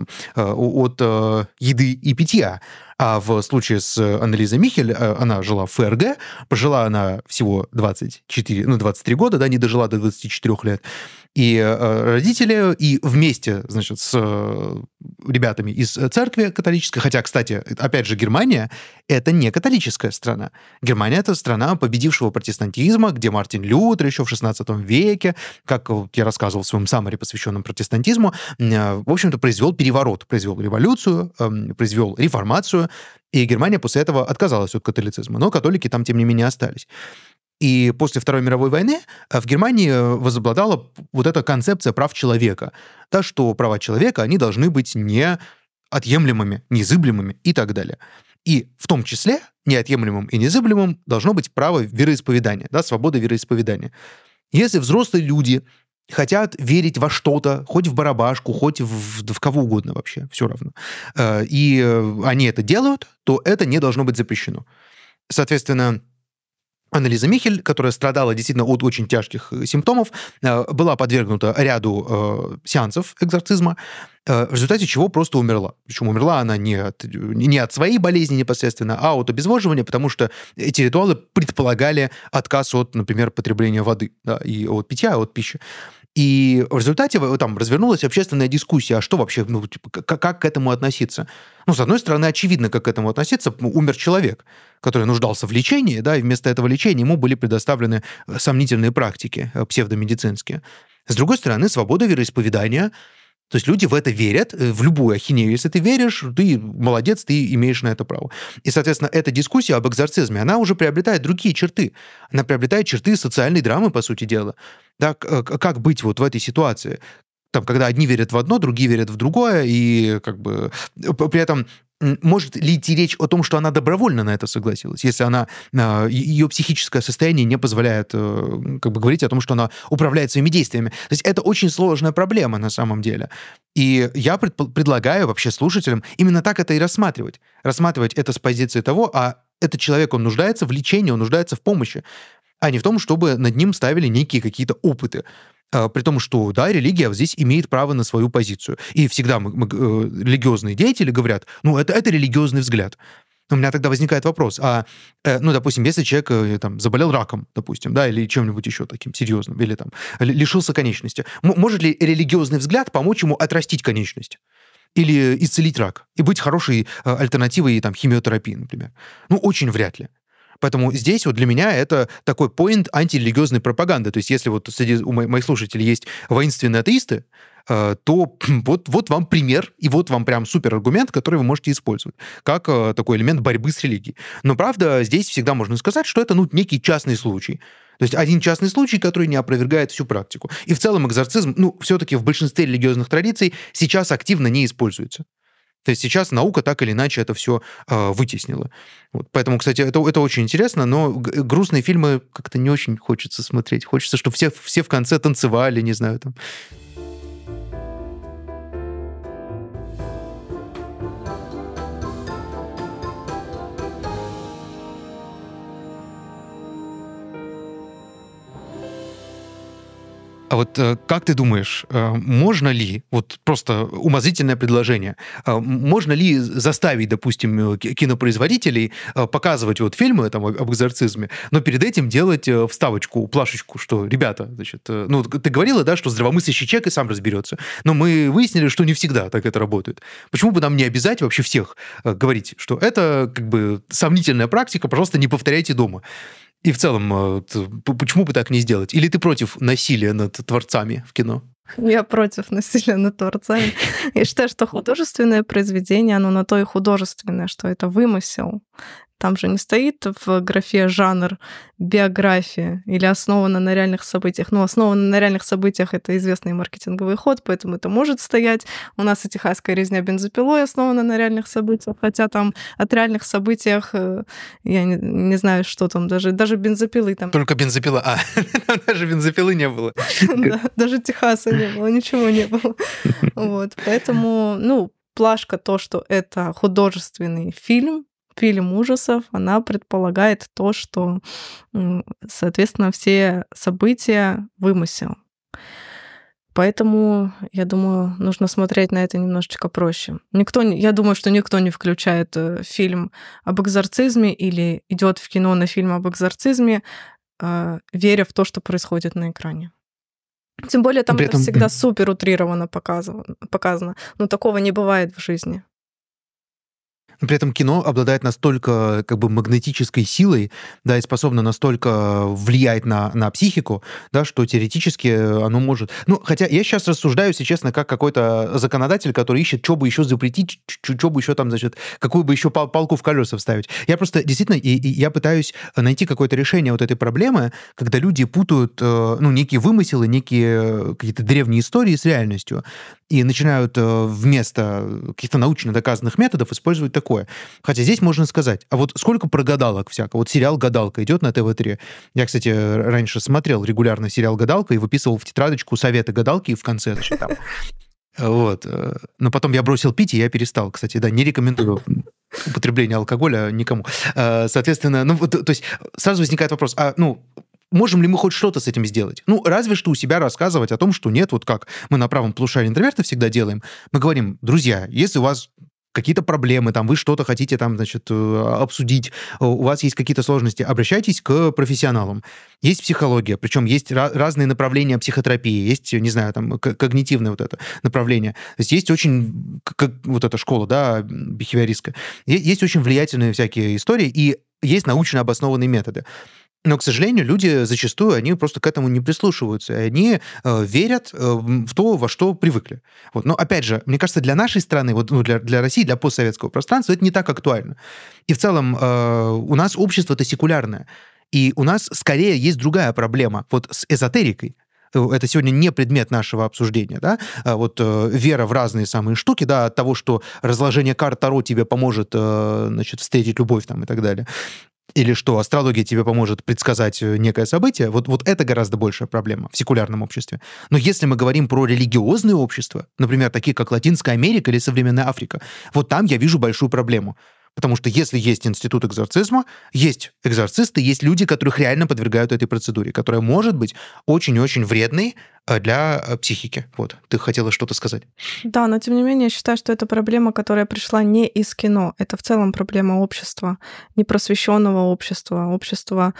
еды и питья. А в случае с Аннелизой Михель, она жила в ФРГ, прожила она всего 23 года, да, не дожила до 24 лет. И родители, и вместе, значит, с ребятами из церкви католической, хотя, кстати, опять же, Германия — это не католическая страна. Германия — это страна победившего протестантизма, где Мартин Лютер еще в XVI веке, как я рассказывал в своем саммари, посвященном протестантизму, в общем-то, произвел переворот, произвел революцию, произвел реформацию, и Германия после этого отказалась от католицизма. Но католики там, тем не менее, остались. И после Второй мировой войны в Германии возобладала вот эта концепция прав человека, да, что права человека, они должны быть неотъемлемыми, незыблемыми и так далее. И в том числе неотъемлемым и незыблемым должно быть право вероисповедания, да, свобода вероисповедания. Если взрослые люди хотят верить во что-то, хоть в барабашку, хоть в кого угодно вообще, все равно, и они это делают, то это не должно быть запрещено. Соответственно, Аннелиза Михель, которая страдала действительно от очень тяжких симптомов, была подвергнута ряду сеансов экзорцизма, в результате чего просто умерла. Причем умерла она не от своей болезни непосредственно, а от обезвоживания, потому что эти ритуалы предполагали отказ от, например, потребления воды, да, и от питья, и от пищи. И в результате там развернулась общественная дискуссия, а что вообще, как к этому относиться? Ну, с одной стороны, очевидно, как к этому относиться. Умер человек, который нуждался в лечении, да, и вместо этого лечения ему были предоставлены сомнительные практики псевдомедицинские. С другой стороны, свобода вероисповедания. То есть люди в это верят, в любую ахинею. Если ты веришь, ты молодец, ты имеешь на это право. И, соответственно, эта дискуссия об экзорцизме, она уже приобретает другие черты. Она приобретает черты социальной драмы, по сути дела. Да, как быть вот в этой ситуации? Там, когда одни верят в одно, другие верят в другое, и как бы при этом может ли идти речь о том, что она добровольно на это согласилась, если ее психическое состояние не позволяет как бы говорить о том, что она управляет своими действиями? То есть это очень сложная проблема на самом деле. И я предлагаю вообще слушателям именно так это и рассматривать. Рассматривать это с позиции того, а этот человек, он нуждается в лечении, он нуждается в помощи, а не в том, чтобы над ним ставили некие какие-то опыты. При том, что, да, религия здесь имеет право на свою позицию. И всегда религиозные деятели говорят, это религиозный взгляд. У меня тогда возникает вопрос, допустим, если человек там, заболел раком, допустим, да, или чем-нибудь еще таким серьезным, или там лишился конечности, может ли религиозный взгляд помочь ему отрастить конечность? Или исцелить рак? И быть хорошей альтернативой там, химиотерапии, например? Очень вряд ли. Поэтому здесь вот для меня это такой поинт антирелигиозной пропаганды. То есть если вот среди моих слушателей есть воинственные атеисты, то вот вам пример, и вот вам прям супер аргумент, который вы можете использовать, как такой элемент борьбы с религией. Но, правда, здесь всегда можно сказать, что это некий частный случай. То есть один частный случай, который не опровергает всю практику. И в целом экзорцизм, все-таки в большинстве религиозных традиций сейчас активно не используется. То есть сейчас наука так или иначе это все вытеснила. Вот. Поэтому, кстати, это очень интересно, но грустные фильмы как-то не очень хочется смотреть. Хочется, чтобы все в конце танцевали, не знаю, там. А вот как ты думаешь, можно ли, вот просто умозрительное предложение, можно ли заставить, допустим, кинопроизводителей показывать вот фильмы там, об экзорцизме, но перед этим делать вставочку, плашечку, что, ребята, значит, ты говорила, да, что здравомыслящий человек и сам разберется, но мы выяснили, что не всегда так это работает. Почему бы нам не обязать вообще всех говорить, что это как бы сомнительная практика, пожалуйста, не повторяйте дома? И в целом, почему бы так не сделать? Или ты против насилия над творцами в кино?
Я против насилия над творцами. Я считаю, что художественное произведение, оно на то и художественное, что это вымысел. Там же не стоит в графе жанр биография или основано на реальных событиях. Основано на реальных событиях — это известный маркетинговый ход, поэтому это может стоять. У нас и техасская резня бензопилой основана на реальных событиях, хотя там от реальных событиях, я не знаю, что там, даже бензопилы там.
Только бензопила, даже бензопилы не было.
Да, даже Техаса не было, ничего не было. Вот, поэтому, плашка то, что это художественный фильм ужасов, она предполагает то, что, соответственно, все события — вымысел. Поэтому, я думаю, нужно смотреть на это немножечко проще. Я думаю, что никто не включает фильм об экзорцизме или идет в кино на фильм об экзорцизме, веря в то, что происходит на экране. Тем более
Но
там
при
это
этом
всегда супер утрированно показано. Но такого не бывает в жизни.
При этом кино обладает настолько как бы магнетической силой, да, и способно настолько влиять на психику, да, что теоретически оно может... Ну, хотя я сейчас рассуждаю, если честно, как какой-то законодатель, который ищет, что бы еще запретить, что бы еще там, значит, какую бы еще палку в колеса вставить. Я просто действительно, и я пытаюсь найти какое-то решение вот этой проблемы, когда люди путают, ну, некие вымыслы, некие какие-то древние истории с реальностью, и начинают вместо каких-то научно доказанных методов использовать такое. Хотя здесь можно сказать, а вот сколько про гадалок всякого? Вот сериал «Гадалка» идет на ТВ-3. Я, кстати, раньше смотрел регулярно сериал «Гадалка» и выписывал в тетрадочку советы гадалки в конце, значит, там. Вот. Но потом я бросил пить, и я перестал. Кстати, да, не рекомендую употребление алкоголя никому. Соответственно, ну, то есть сразу возникает вопрос, можем ли мы хоть что-то с этим сделать? Ну, разве что у себя рассказывать о том, что нет, вот как мы на правом полушарии интроверта всегда делаем. Мы говорим, друзья, если у вас какие-то проблемы, там, вы что-то хотите там, значит, обсудить, у вас есть какие-то сложности, обращайтесь к профессионалам. Есть психология, причем есть разные направления психотерапии, есть, не знаю, там, когнитивное вот это направление. То есть очень, как вот эта школа, да, бихевиористская, есть очень влиятельные всякие истории, и есть научно обоснованные методы. Но, к сожалению, люди зачастую, они просто к этому не прислушиваются, и они верят в то, во что привыкли. Вот. Но, опять же, мне кажется, для нашей страны, вот, ну, для России, для постсоветского пространства это не так актуально. И в целом у нас общество-то секулярное, и у нас скорее есть другая проблема вот с эзотерикой. Это сегодня не предмет нашего обсуждения, да, вот вера в разные самые штуки, да, от того, что разложение карт Таро тебе поможет, значит, встретить любовь там и так далее, или что астрология тебе поможет предсказать некое событие, вот это гораздо большая проблема в секулярном обществе. Но если мы говорим про религиозные общества, например, такие как Латинская Америка или современная Африка, вот там я вижу большую проблему. Потому что если есть институт экзорцизма, есть экзорцисты, есть люди, которых реально подвергают этой процедуре, которая может быть очень-очень вредной для психики. Вот, ты хотела что-то сказать.
Да, но тем не менее, я считаю, что это проблема, которая пришла не из кино. Это в целом проблема общества, непросвещенного общества, общества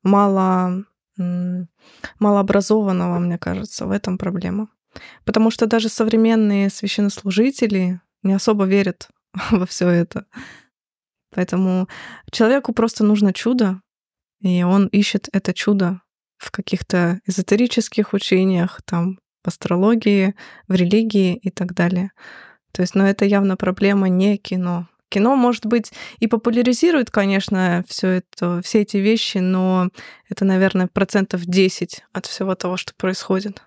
малообразованного, мне кажется. В этом проблема. Потому что даже современные священнослужители не особо верят во все это. Поэтому человеку просто нужно чудо, и он ищет это чудо в каких-то эзотерических учениях, там, в астрологии, в религии и так далее. То есть, это явно проблема не кино. Кино, может быть, и популяризирует, конечно, все эти вещи, но это, наверное, 10% от всего того, что происходит.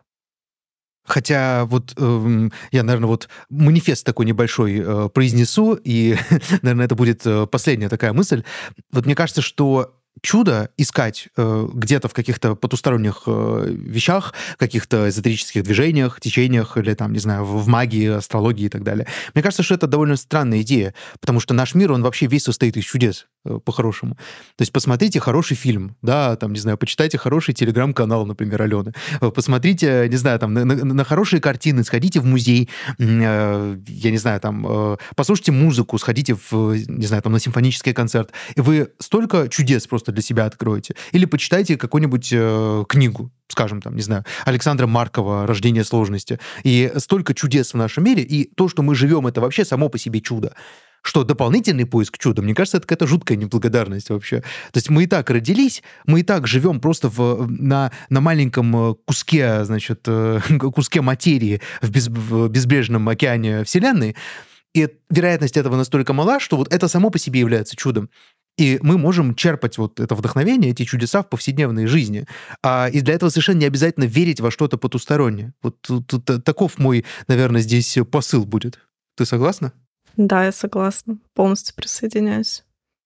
Хотя вот я, наверное, вот манифест такой небольшой произнесу, и, наверное, это будет последняя такая мысль. Вот мне кажется, что чудо искать где-то в каких-то потусторонних вещах, каких-то эзотерических движениях, течениях или там, не знаю, в магии, астрологии и так далее. Мне кажется, что это довольно странная идея, потому что наш мир, он вообще весь состоит из чудес, по-хорошему. То есть посмотрите хороший фильм, да, там, не знаю, почитайте хороший телеграм-канал, например, Алены, посмотрите, не знаю, там, на хорошие картины, сходите в музей, я не знаю, там, послушайте музыку, сходите не знаю, там, на симфонический концерт, и вы столько чудес просто для себя откроете. Или почитайте какую-нибудь книгу, скажем, там, не знаю, Александра Маркова «Рождение сложности». И столько чудес в нашем мире, и то, что мы живем, это вообще само по себе чудо. Что дополнительный поиск чуда, мне кажется, это какая-то жуткая неблагодарность вообще. То есть мы и так родились, мы и так живем просто на маленьком куске, значит, куске материи в безбрежном океане Вселенной, и вероятность этого настолько мала, что вот это само по себе является чудом. И мы можем черпать вот это вдохновение, эти чудеса в повседневной жизни. И для этого совершенно не обязательно верить во что-то потустороннее. Вот таков мой, наверное, здесь посыл будет. Ты согласна?
Да, я согласна. Полностью присоединяюсь.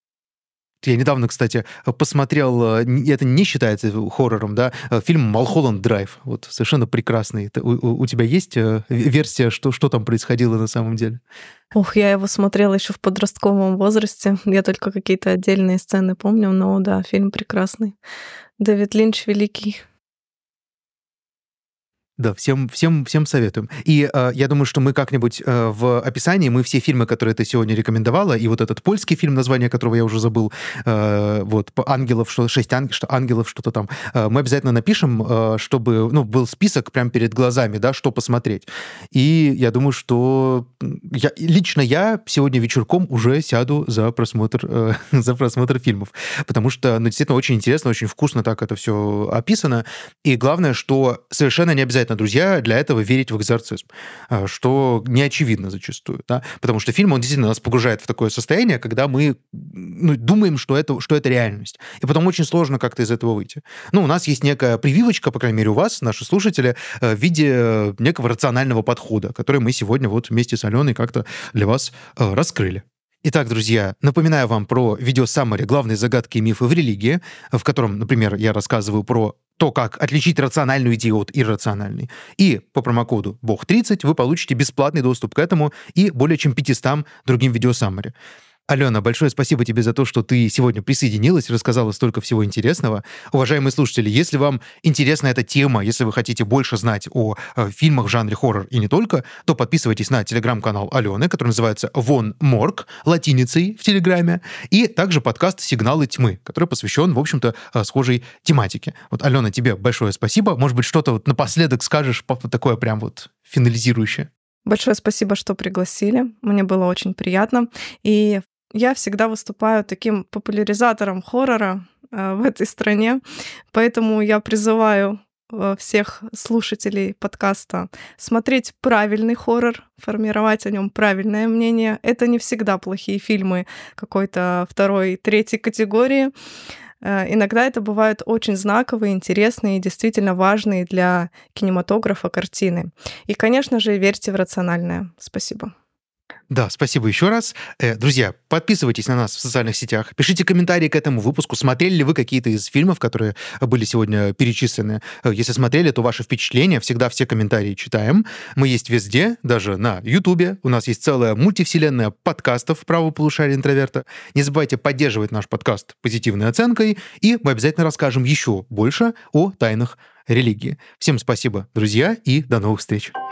Я недавно, кстати, посмотрел, это не считается хоррором, да, фильм «Малхолланд Драйв». Вот совершенно прекрасный. У тебя есть версия, что там происходило на самом деле?
Я его смотрела еще в подростковом возрасте. Я только какие-то отдельные сцены помню, но да, фильм прекрасный. Дэвид Линч великий.
Да, всем советуем. И я думаю, что мы как-нибудь в описании, мы все фильмы, которые ты сегодня рекомендовала, и вот этот польский фильм, название которого я уже забыл, вот, «Ангелов», что 6 ангелов, что-то там, мы обязательно напишем, чтобы, ну, был список прямо перед глазами, да, что посмотреть. И я думаю, что лично я сегодня вечерком уже сяду за просмотр фильмов, потому что, ну, действительно, очень интересно, очень вкусно так это все описано. И главное, что совершенно не обязательно, друзья, для этого верить в экзорцизм, что не очевидно зачастую, да? Потому что фильм, он действительно нас погружает в такое состояние, когда мы, ну, думаем, что это реальность. И потом очень сложно как-то из этого выйти. Ну, у нас есть некая прививочка, по крайней мере, у вас, наши слушатели, в виде некого рационального подхода, который мы сегодня вот вместе с Аленой как-то для вас раскрыли. Итак, друзья, напоминаю вам про видео-саммари «Главные загадки и мифы в религии», в котором, например, я рассказываю про то, как отличить рациональную идею от иррациональной. И по промокоду BOG30 вы получите бесплатный доступ к этому и более чем 500 другим видео-саммари. Алена, большое спасибо тебе за то, что ты сегодня присоединилась, рассказала столько всего интересного. Уважаемые слушатели, если вам интересна эта тема, если вы хотите больше знать о фильмах в жанре хоррор и не только, то подписывайтесь на телеграм-канал Алены, который называется «Вон Морг», латиницей в Телеграме, и также подкаст «Сигналы тьмы», который посвящен, в общем-то, схожей тематике. Вот, Алена, тебе большое спасибо. Может быть, что-то вот напоследок скажешь, такое прям вот финализирующее?
Большое спасибо, что пригласили. Мне было очень приятно. И я всегда выступаю таким популяризатором хоррора в этой стране, поэтому я призываю всех слушателей подкаста смотреть правильный хоррор, формировать о нем правильное мнение. Это не всегда плохие фильмы какой-то второй, третьей категории. Иногда это бывают очень знаковые, интересные и действительно важные для кинематографа картины. И, конечно же, верьте в рациональное. Спасибо.
Да, спасибо еще раз. Друзья, подписывайтесь на нас в социальных сетях, пишите комментарии к этому выпуску, смотрели ли вы какие-то из фильмов, которые были сегодня перечислены. Если смотрели, то ваши впечатления, всегда все комментарии читаем. Мы есть везде, даже на Ютубе. У нас есть целая мультивселенная подкастов «Правое полушарие интроверта». Не забывайте поддерживать наш подкаст позитивной оценкой, и мы обязательно расскажем еще больше о тайнах религии. Всем спасибо, друзья, и до новых встреч.